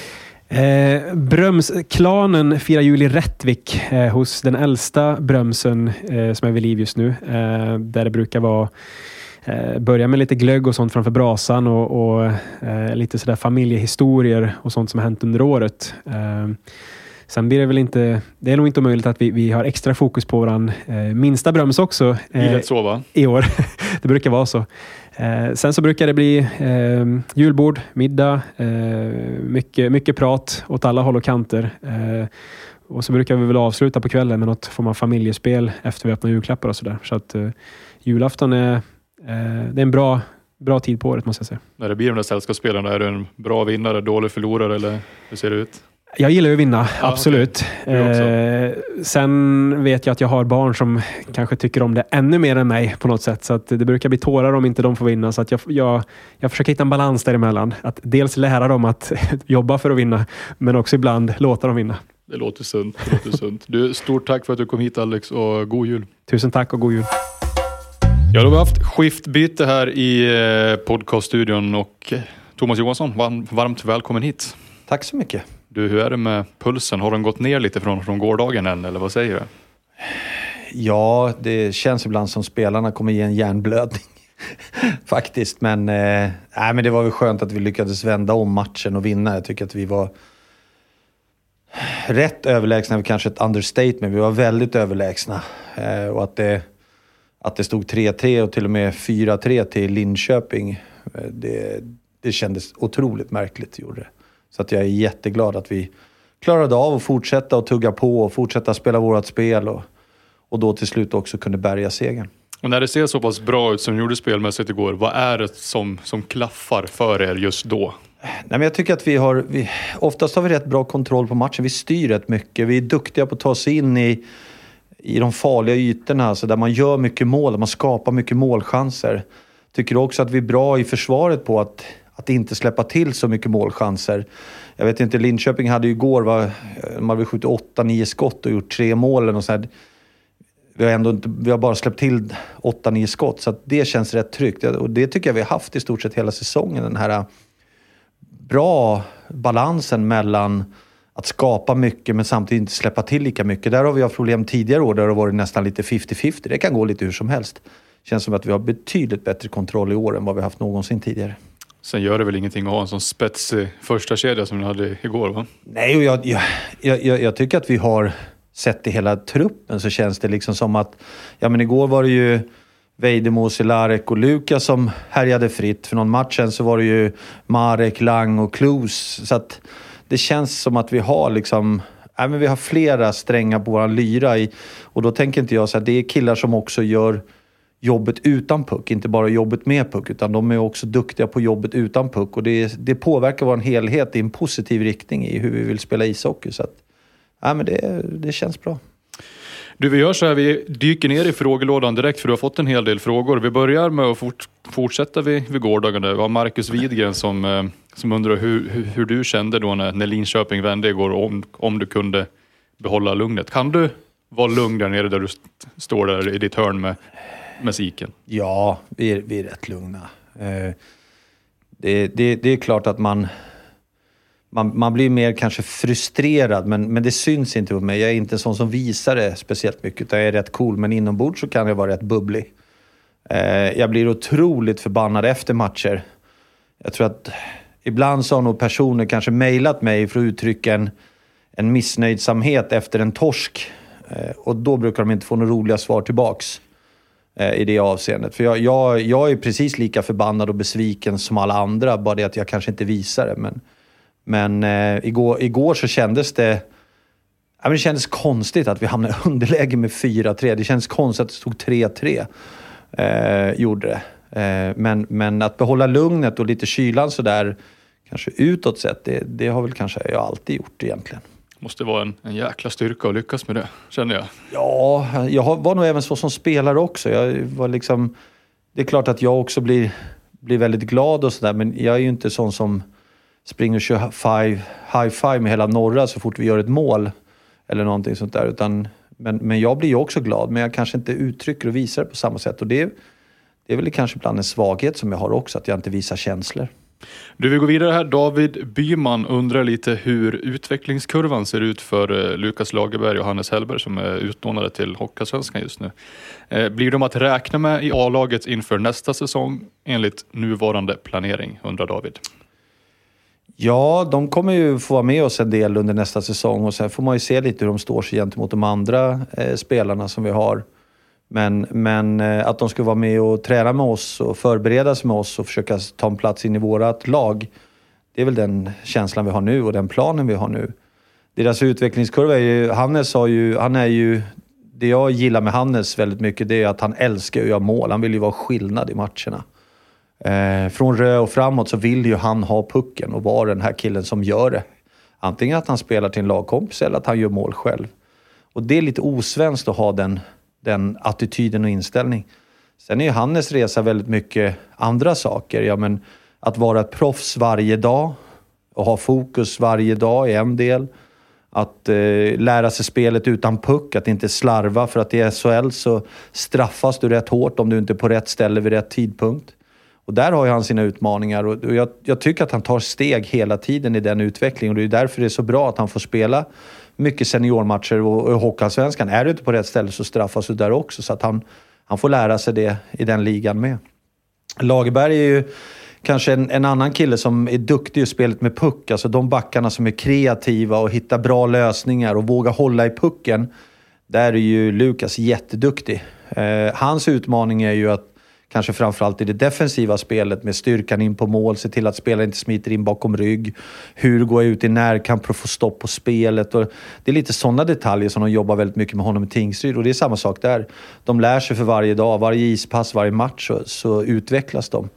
Eh, Bröms-klanen firar jul i Rättvik eh, hos den äldsta Brömsen eh, som är vid liv just nu. Eh, där det brukar vara eh, börja med lite glögg och sånt framför brasan och, och eh, lite sådär familjehistorier och sånt som har hänt under året. Eh, Sen blir det väl inte, det är nog inte omöjligt att vi, vi har extra fokus på våran eh, minsta Bröms också eh, så, va? i år. Det brukar vara så. Eh, sen så brukar det bli eh, julbord, middag, eh, mycket, mycket prat åt alla håll och kanter. Eh, och så brukar vi väl avsluta på kvällen med något form av familjespel efter vi öppnar julklappar och sådär. Så att eh, julafton är, eh, det är en bra, bra tid på året, måste jag säga. När det blir de där sällskapsspelarna, är du en bra vinnare, dålig förlorare eller hur ser det ut? Jag gillar ju att vinna, ja, absolut. Okay. Eh, sen vet jag att jag har barn som kanske tycker om det ännu mer än mig på något sätt. Så att det brukar bli tårar om inte de får vinna. Så att jag, jag, jag försöker hitta en balans däremellan. Att dels lära dem att jobba för att vinna, men också ibland låta dem vinna. Det låter sunt. Det låter sunt. Du, stort tack för att du kom hit, Alex, och god jul. Tusen tack och god jul. Ja, då har vi haft skiftbyte här i podcaststudion och Thomas Johansson, varmt välkommen hit. Tack så mycket. Du, hur är det med pulsen? Har den gått ner lite från, från gårdagen än, eller vad säger du? Ja, det känns ibland som spelarna kommer ge en hjärnblödning. Faktiskt, men, eh, nej, men det var väl skönt att vi lyckades vända om matchen och vinna. Jag tycker att vi var rätt överlägsna, kanske ett understatement. Vi var väldigt överlägsna. Eh, och att det, att det stod tre tre och till och med fyra tre till Linköping, eh, det, det kändes otroligt märkligt, gjorde det. Så att jag är jätteglad att vi klarade av att fortsätta och tugga på och fortsätta spela vårat spel och, och då till slut också kunde bärga segern. Och när det ser så pass bra ut som du gjorde spelmässigt igår, vad är det som, som klaffar för er just då? Nej, men jag tycker att vi har, vi, oftast har vi rätt bra kontroll på matchen. Vi styr rätt mycket. Vi är duktiga på att ta oss in i, i de farliga ytorna, alltså där man gör mycket mål, där man skapar mycket målchanser. Tycker också att vi är bra i försvaret på att Att inte släppa till så mycket målchanser. Jag vet inte, Linköping hade ju igår, var, man hade skjutit åtta nio skott och gjort tre mål. Och så här. Vi, har ändå inte, vi har bara släppt till åtta nio skott. Så att det känns rätt tryggt. Och det tycker jag vi har haft i stort sett hela säsongen. Den här bra balansen mellan att skapa mycket men samtidigt inte släppa till lika mycket. Där har vi haft problem tidigare år där det har varit nästan lite femtio femtio. Det kan gå lite hur som helst. Känns som att vi har betydligt bättre kontroll i år än vad vi haft någonsin tidigare. Sen gör det väl ingenting att ha en sån spetsig första kedja som ni hade igår, va? Nej, och jag, jag, jag, jag tycker att vi har sett i hela truppen så känns det liksom som att ja, men igår var det ju Vejdemo, Celarek och Lukas som härjade fritt. För någon match sen så var det ju Marek, Lang och Klus. Så att det känns som att vi har liksom ja, men vi har flera strängar på våran lyra i, och då tänker inte jag så att det är killar som också gör jobbet utan puck, inte bara jobbet med puck, utan de är också duktiga på jobbet utan puck, och det, det påverkar vår helhet i en positiv riktning i hur vi vill spela ishockey, så att ja, men det, det känns bra. Du, vi gör så här, vi dyker ner i frågelådan direkt för du har fått en hel del frågor. Vi börjar med att fort, fortsätta vid, vid gårdagen. Det var Marcus Widgren som, som undrar hur, hur, hur du kände då när, när Linköping vände igår, om, om du kunde behålla lugnet. Kan du vara lugn där nere där du st- står där i ditt hörn med musiken? Ja, vi är, vi är rätt lugna. Eh, det, det, det är klart att man, man, man blir mer kanske frustrerad, men, men det syns inte på mig. Jag är inte en sån som visar det speciellt mycket, utan jag är rätt cool, men inombords så kan jag vara rätt bubblig. Eh, jag blir otroligt förbannad efter matcher. Jag tror att ibland så har nog personer kanske mejlat mig för att uttrycka en, en missnöjdsamhet efter en torsk. Eh, och då brukar de inte få några roliga svar tillbaks i det avseendet. För jag, jag, jag är precis lika förbannad och besviken som alla andra, bara det att jag kanske inte visar det. Men, men eh, igår, igår så kändes det, ja, men det kändes konstigt att vi hamnade i underläge med fyra tre. Det kändes konstigt att det stod tre tre. Eh, gjorde det. Eh, men, men att behålla lugnet och lite kylan så där, kanske utåt sett, det, det har väl kanske jag alltid gjort egentligen. Måste vara en, en jäkla styrka att lyckas med det, känner jag. Ja, jag var nog även så som spelare också. Jag var liksom, det är klart att jag också blir, blir väldigt glad och sådär, men jag är ju inte sån som springer och kör five, high five med hela norra så fort vi gör ett mål eller någonting sånt där. Utan, men, men jag blir ju också glad, men jag kanske inte uttrycker och visar det på samma sätt. Och det, det är väl kanske ibland en svaghet som jag har också, att jag inte visar känslor. Du, vi går vidare här. David Byman undrar lite hur utvecklingskurvan ser ut för Lukas Lagerberg och Hannes Hellberg som är utlånade till Hockeyallsvenskan just nu. Eh, blir de att räkna med i A-laget inför nästa säsong enligt nuvarande planering, undrar David? Ja, de kommer ju få vara med oss en del under nästa säsong och sen får man ju se lite hur de står sig gentemot de andra eh, spelarna som vi har. Men, men eh, att de ska vara med och träna med oss och förbereda sig med oss och försöka ta en plats in i vårat lag. Det är väl den känslan vi har nu och den planen vi har nu. Deras utvecklingskurva är ju, Hannes har ju, han är ju, det jag gillar med Hannes väldigt mycket det är att han älskar att göra mål. Han vill ju vara skillnad i matcherna. Eh, från rö och framåt så vill ju han ha pucken och vara den här killen som gör det. Antingen att han spelar till en lagkompis eller att han gör mål själv. Och det är lite osvenskt att ha den, den attityden och inställning. Sen är ju Hannes resa väldigt mycket andra saker. Ja, men att vara ett proffs varje dag och ha fokus varje dag är en del. Att eh, lära sig spelet utan puck, att inte slarva, för att i S H L så straffas du rätt hårt om du inte är på rätt ställe vid rätt tidpunkt. Och där har ju han sina utmaningar och jag, jag tycker att han tar steg hela tiden i den utvecklingen och det är därför det är så bra att han får spela mycket seniormatcher och, och Hockeyallsvenskan. Är du inte på rätt ställe så straffas du där också, så att han, han får lära sig det i den ligan med. Lagerberg är ju kanske en, en annan kille som är duktig i spelet med puck. Alltså de backarna som är kreativa och hittar bra lösningar och vågar hålla i pucken. Där är ju Lukas jätteduktig. Eh, hans utmaning är ju att kanske framförallt i det defensiva spelet med styrkan in på mål, se till att spelaren inte smiter in bakom rygg. Hur går jag ut i närkamp för att få stopp på spelet? Och det är lite sådana detaljer som de jobbar väldigt mycket med honom i Tingsryd. Och det är samma sak där. De lär sig för varje dag, varje ispass, varje match så, så utvecklas de.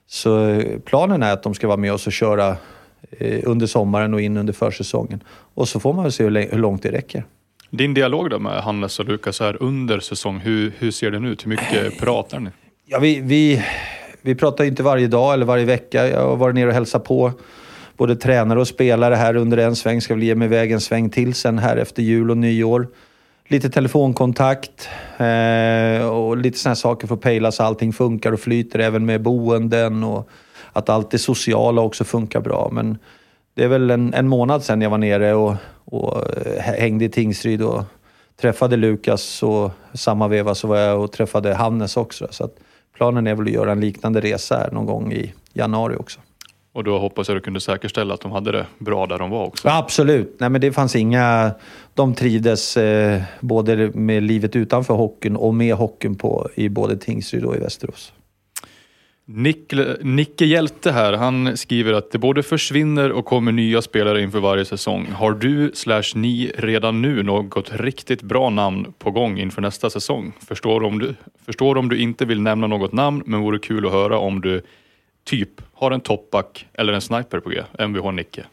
Så planen är att de ska vara med oss och köra eh, under sommaren och in under försäsongen. Och så får man väl se hur, hur långt det räcker. Din dialog då med Hannes och Lukas här under säsong, hur, hur ser den ut? Hur mycket pratar ni? Ja, vi, vi, vi pratar inte varje dag eller varje vecka. Jag har varit ner och hälsat på både tränare och spelare här under en sväng. Ska väl ge mig iväg en sväng till sen här efter jul och nyår. Lite telefonkontakt eh, och lite sådana saker för att pejla så allting funkar och flyter även med boenden och att allt det sociala också funkar bra. Men det är väl en, en månad sedan jag var nere och, och hängde i Tingsryd och träffade Lukas och samma veva så var jag och träffade Hannes också. Så att planen är väl att göra en liknande resa här någon gång i januari också. Och då hoppas jag att du kunde säkerställa att de hade det bra där de var också. Ja, absolut. Nej, men det fanns inga... De trivdes eh, både med livet utanför hockeyn och med hockeyn på, i både Tingsryd och i Västerås. Nicke, Nicke Hjälte här, han skriver att det både försvinner och kommer nya spelare inför varje säsong. Har du slash ni redan nu något riktigt bra namn på gång inför nästa säsong? Förstår om du, förstår om du inte vill nämna något namn, men vore kul att höra om du typ har en toppback eller en sniper på G, M V H Nicke.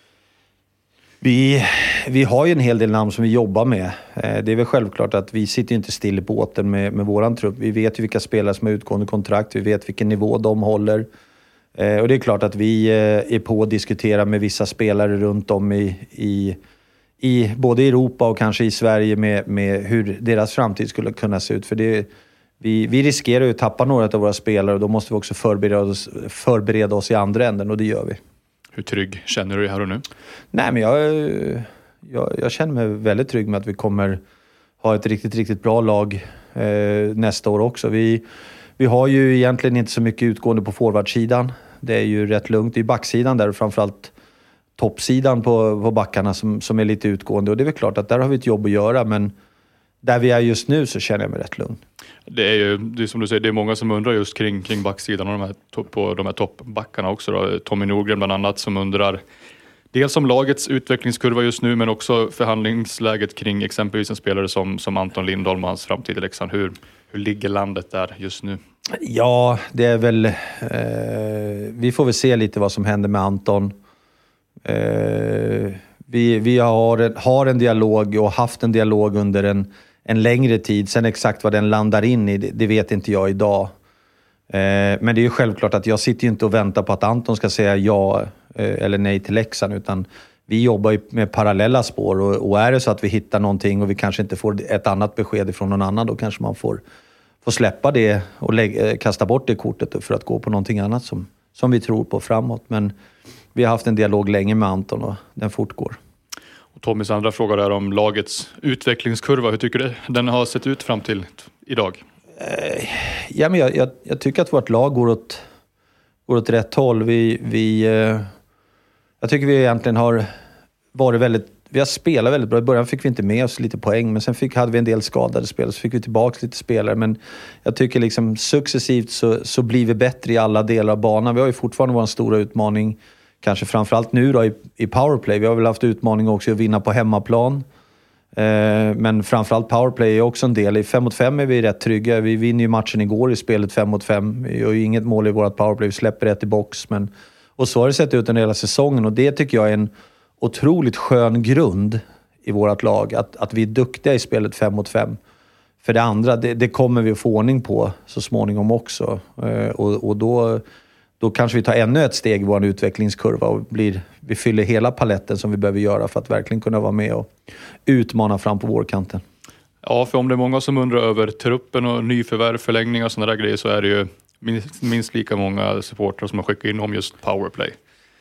Vi, vi har ju en hel del namn som vi jobbar med. Det är väl självklart att vi sitter inte still i båten med, med våran trupp. Vi vet ju vilka spelare som har utgående kontrakt. Vi vet vilken nivå de håller. Och det är klart att vi är på att diskutera med vissa spelare runt om i, i, i både Europa och kanske i Sverige med, med hur deras framtid skulle kunna se ut. För det, vi, vi riskerar ju att tappa några av våra spelare och då måste vi också förbereda oss, förbereda oss i andra änden och det gör vi. Hur trygg känner du dig här och nu? Nej, men jag, jag, jag känner mig väldigt trygg med att vi kommer ha ett riktigt, riktigt bra lag eh, nästa år också. Vi, vi har ju egentligen inte så mycket utgående på forwardsidan. Det är ju rätt lugnt. Det är backsidan där och framförallt toppsidan på, på backarna som, som är lite utgående. Och det är väl klart att där har vi ett jobb att göra, men där vi är just nu så känner jag mig rätt lugn. Det är ju, det är som du säger, det är många som undrar just kring, kring backsidan och de här, på de här toppbackarna också. Då. Tommy Norgren bland annat som undrar dels om lagets utvecklingskurva just nu, men också förhandlingsläget kring exempelvis en spelare som, som Anton Lindholm och hans framtid i Leksand. Hur, hur ligger landet där just nu? Ja, det är väl... Eh, vi får väl se lite vad som händer med Anton. Eh, vi vi har, har en dialog och haft en dialog under en en längre tid. Sen exakt vad den landar in i, det, det vet inte jag idag. Eh, men det är ju självklart att jag sitter ju inte och väntar på att Anton ska säga ja eh, eller nej till Leksand, utan vi jobbar ju med parallella spår och, och är det så att vi hittar någonting och vi kanske inte får ett annat besked från någon annan, då kanske man får, får släppa det och lägga, kasta bort det kortet för att gå på någonting annat som, som vi tror på framåt. Men vi har haft en dialog länge med Anton och den fortgår. Tommys andra fråga är om lagets utvecklingskurva. Hur tycker du den har sett ut fram till idag? Ja, men jag, jag, jag tycker att vårt lag går åt, går åt rätt håll. Vi, vi, Jag tycker vi egentligen har varit väldigt, vi har spelat väldigt bra. I början fick vi inte med oss lite poäng, men sen fick, hade vi en del skadade spelare, så fick vi tillbaka lite spelare. Men jag tycker liksom successivt så, så blir vi bättre i alla delar av banan. Vi har ju fortfarande vår stora utmaning, kanske framförallt nu då i, i powerplay. Vi har väl haft utmaning också att vinna på hemmaplan. Eh, men framförallt powerplay är också en del. I fem mot fem är vi rätt trygga. Vi vinner ju matchen igår i spelet fem mot fem. Vi gör ju inget mål i vårt powerplay, vi släpper rätt i box. Men, och så har det sett ut under hela säsongen, och det tycker jag är en otroligt skön grund i vårt lag, att, att vi är duktiga i spelet fem mot fem. För det andra, det, det kommer vi att få ordning på så småningom också. Eh, och och då, då kanske vi tar ännu ett steg i vår utvecklingskurva och blir, vi fyller hela paletten som vi behöver göra för att verkligen kunna vara med och utmana fram på vårkanten. Ja, för om det är många som undrar över truppen och nyförvärv, förlängningar och sådana där grejer, så är det ju minst, minst lika många supportrar som har skickat in om just powerplay.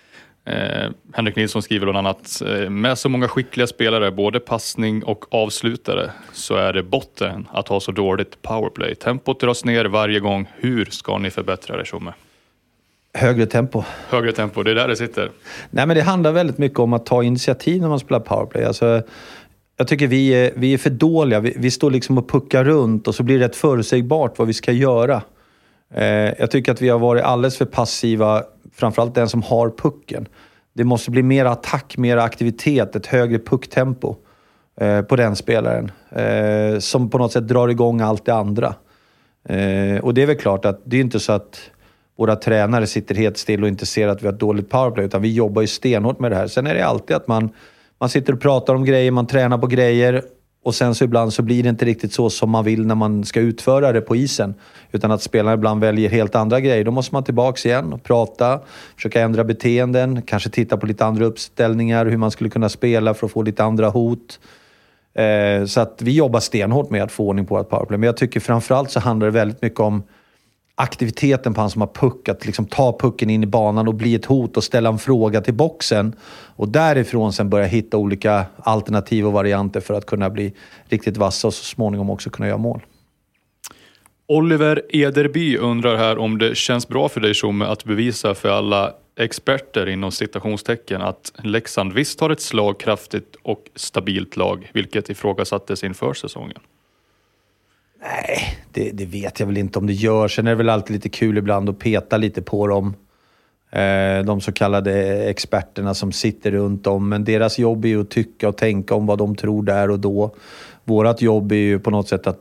Eh, Henrik Nilsson skriver bland annat, eh, med så många skickliga spelare, både passning och avslutare, så är det botten att ha så dåligt powerplay. Tempot dras ner varje gång. Hur ska ni förbättra det, Tjomme? Högre tempo. Högre tempo, det är där det sitter. Nej, men det handlar väldigt mycket om att ta initiativ när man spelar powerplay. Alltså, jag tycker vi är, vi är för dåliga. Vi, vi står liksom och puckar runt och så blir det rätt förutsägbart vad vi ska göra. Eh, jag tycker att vi har varit alldeles för passiva, framförallt den som har pucken. Det måste bli mer attack, mer aktivitet, ett högre pucktempo eh, på den spelaren. Eh, som på något sätt drar igång allt det andra. Eh, och det är väl klart att det är inte så att våra tränare sitter helt still och inte ser att vi har ett dåligt powerplay, utan vi jobbar ju stenhårt med det här. Sen är det alltid att man, man sitter och pratar om grejer, man tränar på grejer, och sen så ibland så blir det inte riktigt så som man vill när man ska utföra det på isen, utan att spelarna ibland väljer helt andra grejer. Då måste man tillbaka igen och prata, försöka ändra beteenden, kanske titta på lite andra uppställningar, hur man skulle kunna spela för att få lite andra hot. Eh, så att vi jobbar stenhårt med att få ordning på ett powerplay. Men jag tycker framförallt så handlar det väldigt mycket om aktiviteten på han som har puck, att liksom ta pucken in i banan och bli ett hot och ställa en fråga till boxen, och därifrån sen börja hitta olika alternativ och varianter för att kunna bli riktigt vassa och så småningom också kunna göra mål. Oliver Ederby undrar här om det känns bra för dig, Tjomme, att bevisa för alla experter inom citationstecken att Leksand visst har ett slagkraftigt och stabilt lag, vilket ifrågasattes inför säsongen. Nej, det, det vet jag väl inte om det gör. Sen är det väl alltid lite kul ibland att peta lite på dem. Eh, de så kallade experterna som sitter runt om. Men deras jobb är ju att tycka och tänka om vad de tror där och då. Vårat jobb är ju på något sätt att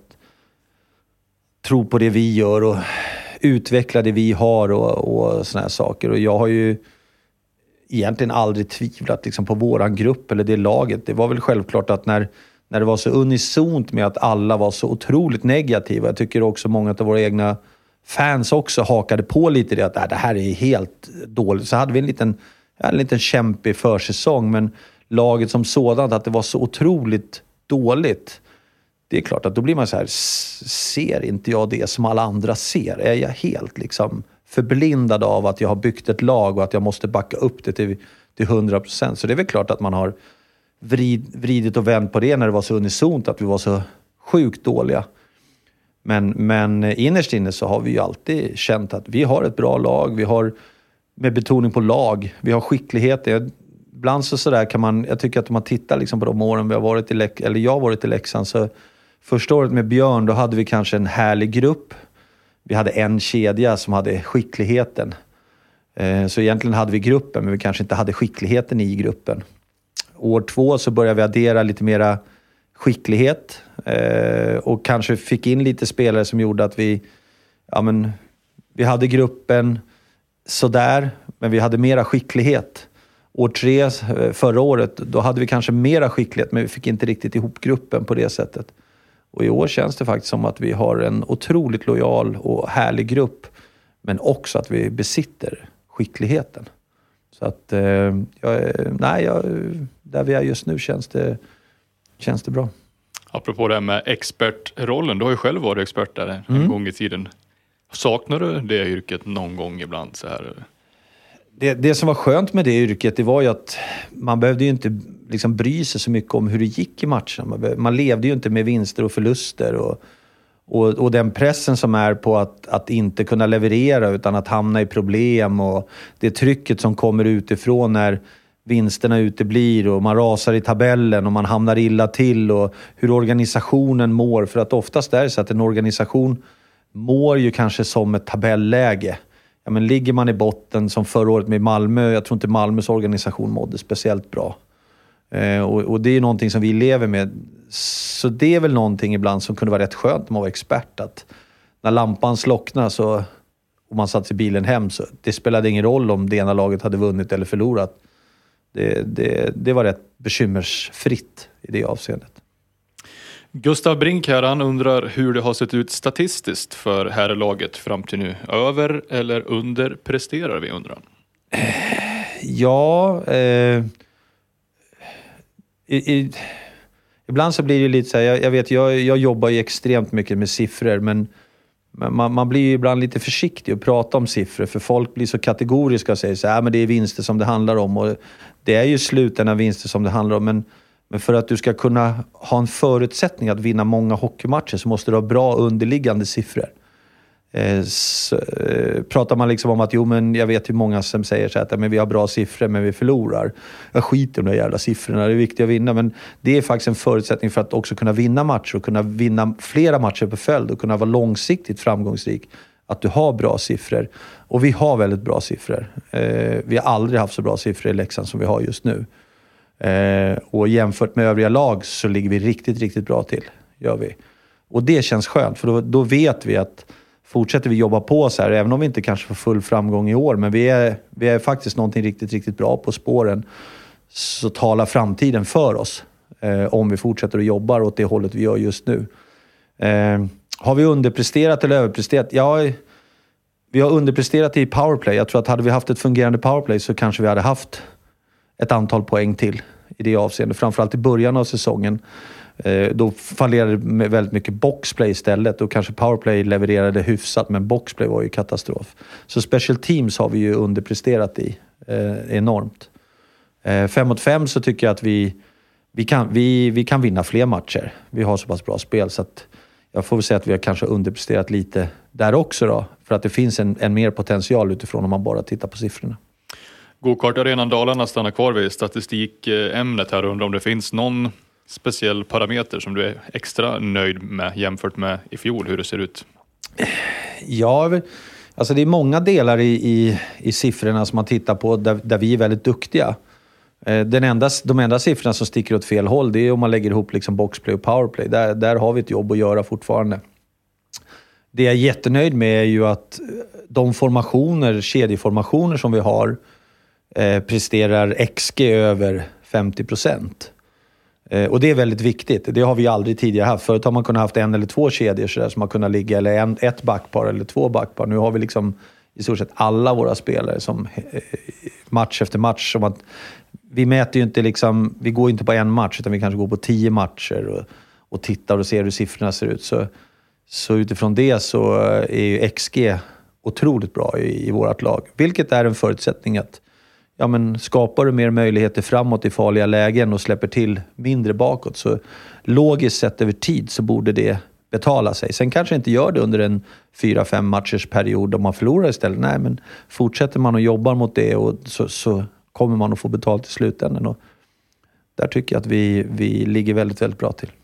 tro på det vi gör och utveckla det vi har och, och såna här saker. Och jag har ju egentligen aldrig tvivlat liksom på våran grupp eller det laget. Det var väl självklart att när När det var så unisont med att alla var så otroligt negativa. Jag tycker också många av våra egna fans också hakade på lite det. Att äh, det här är helt dåligt. Så hade vi en liten, en liten kämpig försäsong. Men laget som sådant, att det var så otroligt dåligt. Det är klart att då blir man så här, ser inte jag det som alla andra ser? Är jag helt liksom förblindad av att jag har byggt ett lag och att jag måste backa upp det till, till hundra procent? Så det är väl klart att man har Vrid, vridit och vänt på det när det var så unisont att vi var så sjukt dåliga. Men, men innerst inne så har vi ju alltid känt att vi har ett bra lag. Vi har, med betoning på lag, vi har skicklighet. Ibland så sådär kan man, jag tycker att om man tittar liksom på de åren vi har varit i, eller jag har varit i Leksand, så första året med Björn, då hade vi kanske en härlig grupp. Vi hade en kedja som hade skickligheten. Så egentligen hade vi gruppen, men vi kanske inte hade skickligheten i gruppen. År två så började vi addera lite mera skicklighet eh, och kanske fick in lite spelare som gjorde att vi, ja men, vi hade gruppen sådär, men vi hade mera skicklighet. År tre, förra året, då hade vi kanske mera skicklighet, men vi fick inte riktigt ihop gruppen på det sättet. Och i år känns det faktiskt som att vi har en otroligt lojal och härlig grupp, men också att vi besitter skickligheten. Så att, eh, jag, nej, jag, där vi är just nu känns det, känns det bra. Apropå det här med expertrollen, du har ju själv varit expert där en mm. gång i tiden. Saknar du det yrket någon gång ibland så här? Det, det som var skönt med det yrket, det var ju att man behövde ju inte liksom bry sig så mycket om hur det gick i matchen. Man, be, man levde ju inte med vinster och förluster och, och, och den pressen som är på att, att inte kunna leverera utan att hamna i problem, och det trycket som kommer utifrån när vinsterna uteblir och man rasar i tabellen och man hamnar illa till och hur organisationen mår. För att oftast är det så att en organisation mår ju kanske som ett tabelläge. Ja, men ligger man i botten som förra året med Malmö, jag tror inte Malmös organisation mådde speciellt bra. Eh, och, och det är någonting som vi lever med. Så det är väl någonting ibland som kunde vara rätt skönt när man var expert. Att när lampan slocknar så, och man satt i bilen hem, så det spelade ingen roll om det ena laget hade vunnit eller förlorat. Det, det, det var rätt bekymmersfritt i det avseendet. Gustav Brink här, han undrar hur det har sett ut statistiskt för herrlaget fram till nu. Över eller under presterar vi, undrar han. Ja, eh, i, i, ibland så blir det lite så här, jag, jag vet, jag, jag jobbar ju extremt mycket med siffror, men man, man blir ju ibland lite försiktig att prata om siffror, för folk blir så kategoriska och säger så här, men det är vinster som det handlar om, och det är ju slutändan vinster som det handlar om, men Men för att du ska kunna ha en förutsättning att vinna många hockeymatcher så måste du ha bra underliggande siffror. Eh, så, eh, pratar man liksom om att jo, men jag vet hur många som säger så här, att men vi har bra siffror men vi förlorar. Jag skiter i de där jävla siffrorna, det är viktigt att vinna. Men det är faktiskt en förutsättning för att också kunna vinna matcher och kunna vinna flera matcher på följd och kunna vara långsiktigt framgångsrik. Att du har bra siffror. Och vi har väldigt bra siffror. Eh, vi har aldrig haft så bra siffror i Leksand som vi har just nu. Eh, och jämfört med övriga lag så ligger vi riktigt, riktigt bra till, gör vi. Och det känns skönt, för då, då vet vi att fortsätter vi jobba på så här, även om vi inte kanske får full framgång i år, men vi är, vi är faktiskt någonting riktigt, riktigt bra på spåren, så talar framtiden för oss eh, om vi fortsätter att jobba åt det hållet vi gör just nu. Eh, har vi underpresterat eller överpresterat? Ja, vi har underpresterat i powerplay. Jag tror att hade vi haft ett fungerande powerplay så kanske vi hade haft ett antal poäng till i det avseendet. Framförallt i början av säsongen. Eh, då fallerade det väldigt mycket boxplay istället. Och kanske powerplay levererade hyfsat, men boxplay var ju katastrof. Så special teams har vi ju underpresterat i eh, enormt. Eh, fem mot fem så tycker jag att vi, vi, kan, vi, vi kan vinna fler matcher. Vi har så pass bra spel så att jag får väl säga att vi har kanske underpresterat lite där också då. För att det finns en, en mer potential utifrån om man bara tittar på siffrorna. Go-kart-arenan Dalarna stannar kvar vid statistikämnet här och undrar om det finns någon speciell parameter som du är extra nöjd med jämfört med i fjol, hur det ser ut? Ja, alltså det är många delar i, i, i siffrorna som man tittar på där, där vi är väldigt duktiga. Den enda, de enda siffrorna som sticker åt fel håll, det är om man lägger ihop liksom boxplay och powerplay. Där, där har vi ett jobb att göra fortfarande. Det jag är jättenöjd med är ju att de formationer, kedjeformationer som vi har eh, presterar X G över femtio procent. Eh, och det är väldigt viktigt. Det har vi aldrig tidigare haft. Förut har man kunnat haft en eller två kedjor så där, som har kunnat ligga, eller en, ett backpar eller två backpar. Nu har vi liksom i stort sett alla våra spelare som eh, match efter match. Som att, vi mäter ju inte liksom, vi går inte på en match utan vi kanske går på tio matcher och, och tittar och ser hur siffrorna ser ut. Så, så utifrån det så är ju X G otroligt bra i, i vårt lag. Vilket är en förutsättning att ja, men skapar du mer möjligheter framåt i farliga lägen och släpper till mindre bakåt, så logiskt sett över tid så borde det betala sig. Sen kanske inte gör det under en fyra fem matchers period om man förlorar istället. Nej, men fortsätter man och jobbar mot det och så, så kommer man att få betalt i slutändan. Och där tycker jag att vi, vi ligger väldigt, väldigt bra till.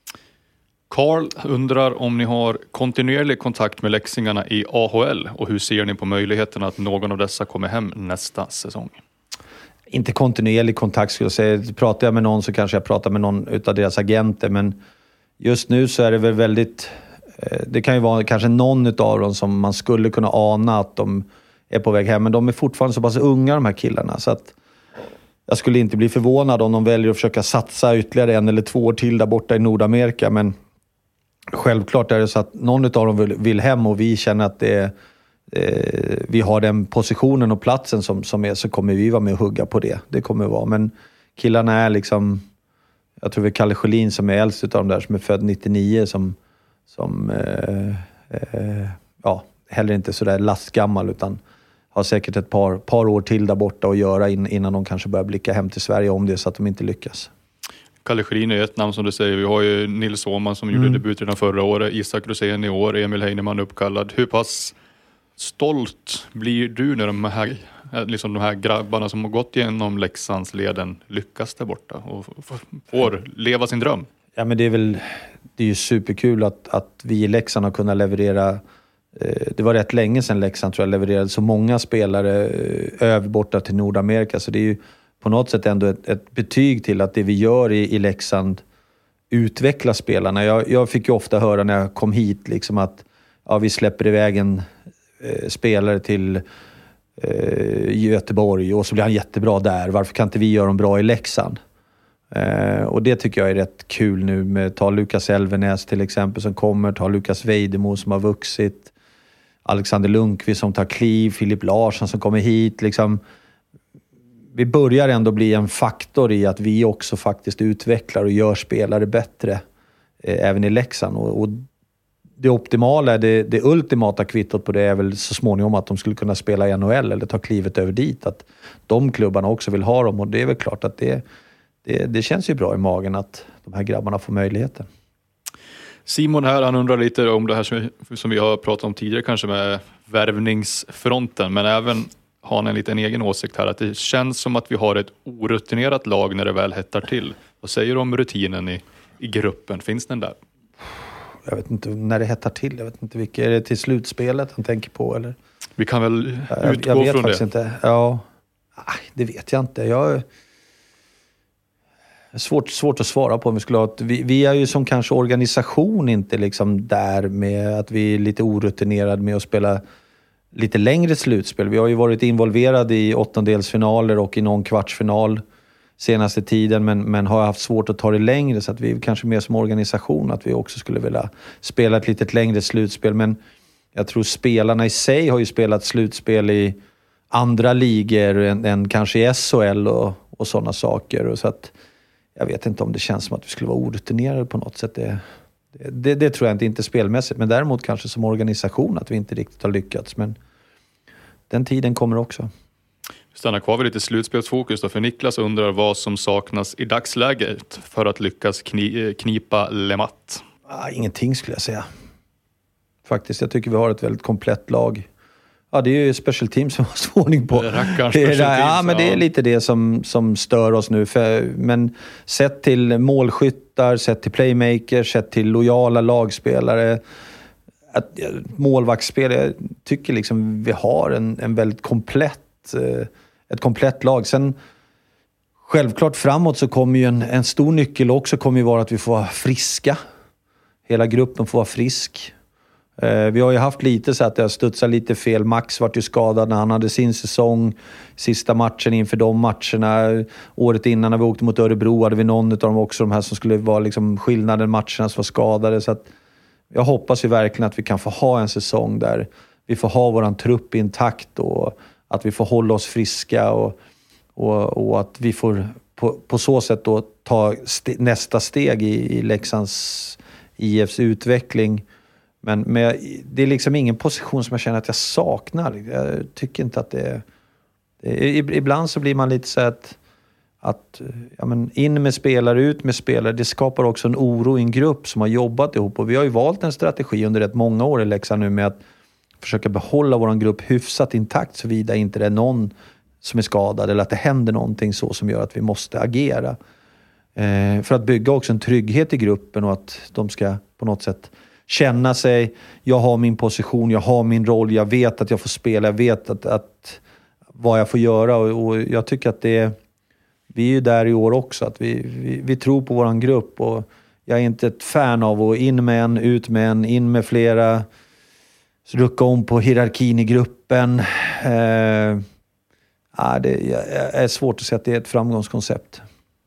Carl undrar om ni har kontinuerlig kontakt med leksingarna i A H L och hur ser ni på möjligheten att någon av dessa kommer hem nästa säsong? Inte kontinuerlig kontakt skulle jag säga. Pratar jag med någon så kanske jag pratar med någon utav deras agenter, men just nu så är det väl väldigt, det kan ju vara kanske någon utav dem som man skulle kunna ana att de är på väg hem, men de är fortfarande så pass unga, de här killarna, så att jag skulle inte bli förvånad om de väljer att försöka satsa ytterligare en eller två år till där borta i Nordamerika, men självklart är det så att någon av dem vill, vill hem och vi känner att det är, eh, vi har den positionen och platsen som, som är, så kommer vi vara med och hugga på det. Det kommer vara. Men killarna är liksom, jag tror det är Kalle Sjölin som är äldst utav dem där, som är född nittionio, som, som eh, eh, ja, heller inte så där lastgammal utan har säkert ett par, par år till där borta att göra in, innan de kanske börjar blicka hem till Sverige om det så att de inte lyckas. Kalle Sjölin är ett namn som du säger. Vi har ju Nils Åhman som mm. gjorde debut redan förra året. Isak Rosén i år. Emil Heinemann uppkallad. Hur pass stolt blir du när de här liksom de här grabbarna som har gått igenom Leksandsleden lyckas där borta och får leva sin dröm? Ja, men det är väl det är ju superkul att, att vi i Leksand har kunnat leverera. Eh, det var rätt länge sedan Leksand tror jag levererade så många spelare eh, över borta till Nordamerika. Så det är ju på något sätt ändå ett, ett betyg till att det vi gör i, i Leksand utvecklar spelarna. Jag, jag fick ju ofta höra när jag kom hit liksom att ja, vi släpper iväg en eh, spelare till eh, Göteborg och så blir han jättebra där. Varför kan inte vi göra dem bra i Leksand? Eh, och det tycker jag är rätt kul nu med ta Lukas Elvenäs till exempel som kommer, ta Lukas Vejdemo som har vuxit, Alexander Lundqvist som tar kliv, Filip Larsson som kommer hit liksom. Vi börjar ändå bli en faktor i att vi också faktiskt utvecklar och gör spelare bättre eh, även i Leksand och, och det optimala, det, det ultimata kvittot på det är väl så småningom att de skulle kunna spela i N H L eller ta klivet över dit, att de klubbarna också vill ha dem och det är väl klart att det Det, det känns ju bra i magen att de här grabbarna får möjligheten. Simon här, han undrar lite om det här som, som vi har pratat om tidigare kanske med värvningsfronten, men även har han en liten egen åsikt här att det känns som att vi har ett orutinerat lag när det väl hettar till. Vad säger du om rutinen i, i gruppen? Finns den där? Jag vet inte när det hettar till. Jag vet inte vilka, är det till slutspelet han tänker på eller? Vi kan väl jag, utgå jag vet från faktiskt det. Inte. Ja, det vet jag inte. Jag Svårt, svårt att svara på om vi skulle ha ett, vi, vi är ju som kanske organisation inte liksom där med att vi är lite orutinerade med att spela lite längre slutspel. Vi har ju varit involverade i åttondelsfinaler och i någon kvartsfinal senaste tiden men, men har haft svårt att ta det längre så att vi är kanske mer som organisation att vi också skulle vilja spela ett lite längre slutspel men jag tror spelarna i sig har ju spelat slutspel i andra ligor än, än kanske i S H L och, och sådana saker och så att jag vet inte om det känns som att vi skulle vara orutinerade på något sätt. Det, det, det tror jag inte, inte spelmässigt. Men däremot kanske som organisation att vi inte riktigt har lyckats. Men den tiden kommer också. Stanna kvar vid lite slutspelsfokus då. För Niklas undrar vad som saknas i dagsläget för att lyckas kni, knipa Lemat. Ah, ingenting skulle jag säga. Faktiskt, jag tycker vi har ett väldigt komplett lag. Ja, det är ju special teams som har svårning på. Rackarns det är, special teams, ja, men det är lite det som, som stör oss nu. För, men sett till målskyttar, sett till playmakers, sett till lojala lagspelare, att, målvaktsspel, jag tycker liksom vi har en, en väldigt komplett, ett komplett lag. Sen självklart framåt så kommer ju en, en stor nyckel också kommer ju vara att vi får vara friska. Hela gruppen får vara frisk. Vi har ju haft lite så att det har studsat lite fel. Max var ju skadad när han hade sin säsong. Sista matchen inför de matcherna. Året innan när vi åkte mot Örebro hade vi någon av dem också. De här som skulle vara liksom skillnaden matcherna som var skadade. Så att jag hoppas ju verkligen att vi kan få ha en säsong där vi får ha våran trupp intakt. Och att vi får hålla oss friska. Och, och, och att vi får på, på så sätt då ta st- nästa steg i, i Leksands I F:s utveckling. Men, men det är liksom ingen position som jag känner att jag saknar. Jag tycker inte att det är... Det är ibland så blir man lite så att... att ja, men in med spelare, ut med spelare. Det skapar också en oro i en grupp som har jobbat ihop. Och vi har ju valt en strategi under rätt många år i Leksand nu med att försöka behålla vår grupp hyfsat intakt såvida inte det är någon som är skadad eller att det händer någonting så som gör att vi måste agera. Eh, för att bygga också en trygghet i gruppen och att de ska på något sätt känna sig, jag har min position, jag har min roll, jag vet att jag får spela, jag vet att, att vad jag får göra och, och jag tycker att det är, vi är ju där i år också, att vi, vi, vi tror på våran grupp och jag är inte ett fan av att in med en, ut med en, in med flera, rucka om på hierarkin i gruppen. Eh, ja, det är svårt att säga att det är ett framgångskoncept.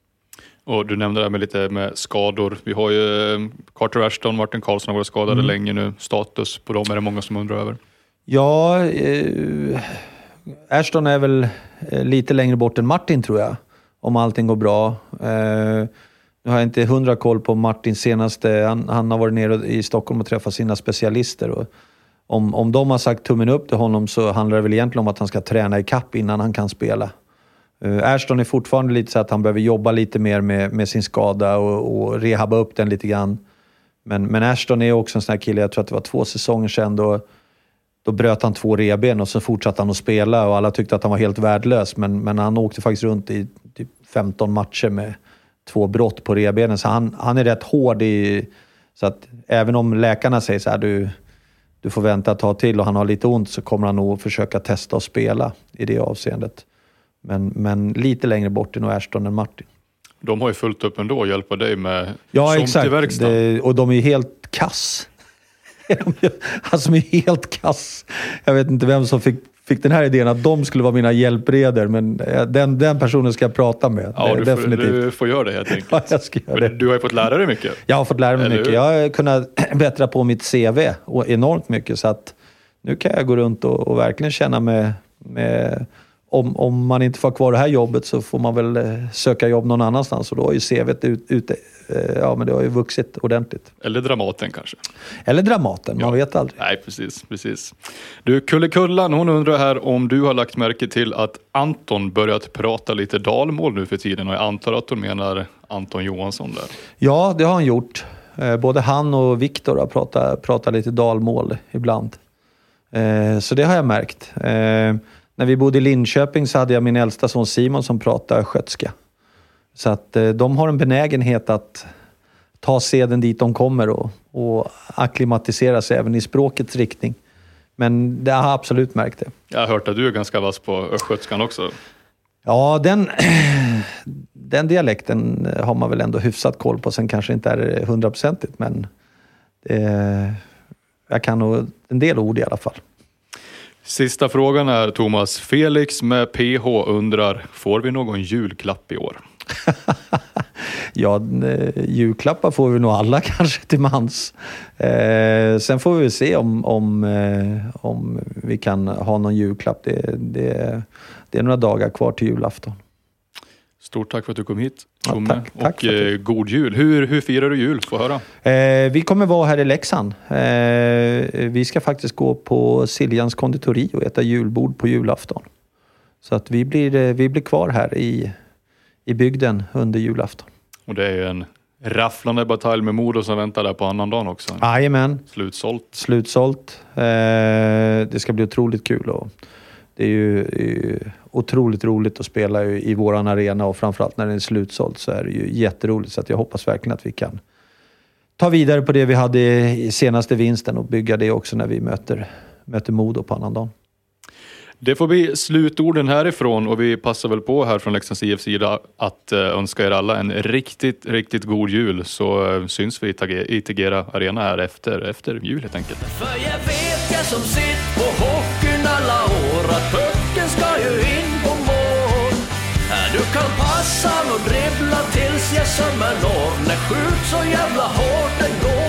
Och du nämnde det här med lite med skador. Vi har ju Carter Ashton, Martin Karlsson har varit skadade mm. länge nu. Status på dem är det många som undrar över. Ja, eh, Ashton är väl lite längre bort än Martin tror jag. Om allting går bra. Eh, nu har jag inte hundra koll på Martins senaste. Han, han har varit nere i Stockholm och träffat sina specialister. Och om, om de har sagt tummen upp till honom så handlar det väl egentligen om att han ska träna i kapp innan han kan spela. Uh, Ashton är fortfarande lite så att han behöver jobba lite mer med, med sin skada och, och rehabba upp den lite grann. Men, men Ashton är också en sån här kille, jag tror att det var två säsonger sedan då då bröt han två revben och så fortsatte han att spela och alla tyckte att han var helt värdelös. Men, men han åkte faktiskt runt i typ femton matcher med två brott på revbenen. Så han, han är rätt hård i... Så att även om läkarna säger så här, du, du får vänta ett tag till och han har lite ont, så kommer han nog försöka testa och spela i det avseendet. Men, men lite längre bort är nog Ashton än Martin. De har ju fullt upp ändå och hjälper dig med ja, exakt. Det, och de är ju helt kass. Alltså de är helt kass. Jag vet inte vem som fick, fick den här idén att de skulle vara mina hjälpreder, men den, den personen ska jag prata med. Ja, du definitivt. Får, du får göra det helt enkelt. Ja, jag ska göra det. Du har ju fått lära dig mycket. Jag har fått lära mig Eller mycket. Hur? Jag har kunnat bättra på mitt C V och enormt mycket, så att nu kan jag gå runt och, och verkligen känna med, med om, om man inte får kvar det här jobbet så får man väl söka jobb någon annanstans, och då har ju C V:t ut, ute, ja men det har ju vuxit ordentligt. Eller Dramaten kanske. Eller Dramaten, man ja. vet aldrig. Nej, precis, precis. Du, Kullekullan, hon undrar här om du har lagt märke till att Anton börjat prata lite dalmål nu för tiden, och jag antar att hon menar Anton Johansson där. Ja, det har han gjort. Både han och Viktor har pratat, pratat lite dalmål ibland. Så det har jag märkt. När vi bodde i Linköping så hade jag min äldsta son Simon som pratade östgötska. Så att eh, de har en benägenhet att ta seden dit de kommer och, och akklimatisera sig även i språkets riktning. Men det har absolut märkt det. Jag har hört att du är ganska vass på östgötskan också. Ja, den, den dialekten har man väl ändå hyfsat koll på. Sen kanske inte är hundraprocentigt, men det, jag kan nog en del ord i alla fall. Sista frågan är, Thomas. Felix med P H undrar, får vi någon julklapp i år? Ja, julklappar får vi nog alla kanske till mans. Eh, sen får vi se om, om, eh, om vi kan ha någon julklapp. Det, det, det är några dagar kvar till julafton. Stort tack för att du kom hit, ja, tack, tack och eh, god jul. Hur, hur firar du jul? Få höra. Eh, vi kommer vara här i Leksand. Eh, vi ska faktiskt gå på Siljans konditori och äta julbord på julafton. Så att vi blir, vi blir kvar här i, i bygden under julafton. Och det är ju en rafflande batalj med Modo som väntar där på annan dagen också. Jajamän. Slutsålt. Slutsålt. Eh, det ska bli otroligt kul och det är ju, är ju otroligt roligt att spela i våran arena, och framförallt när den är slutsåld så är det ju jätteroligt, så att jag hoppas verkligen att vi kan ta vidare på det vi hade i senaste vinsten och bygga det också när vi möter, möter Modo på annan dag. Det får bli slutorden härifrån, och vi passar väl på här från Leksands I F sida att önska er alla en riktigt, riktigt god jul, så syns vi i Tegera Arena här efter, efter jul helt enkelt. För jag vet jag som sitter på hockeyn alla år att pucken ska ju in på mål. Du kan passa och dribbla tills jag sömmer når, när skjut så jävla hårt den går.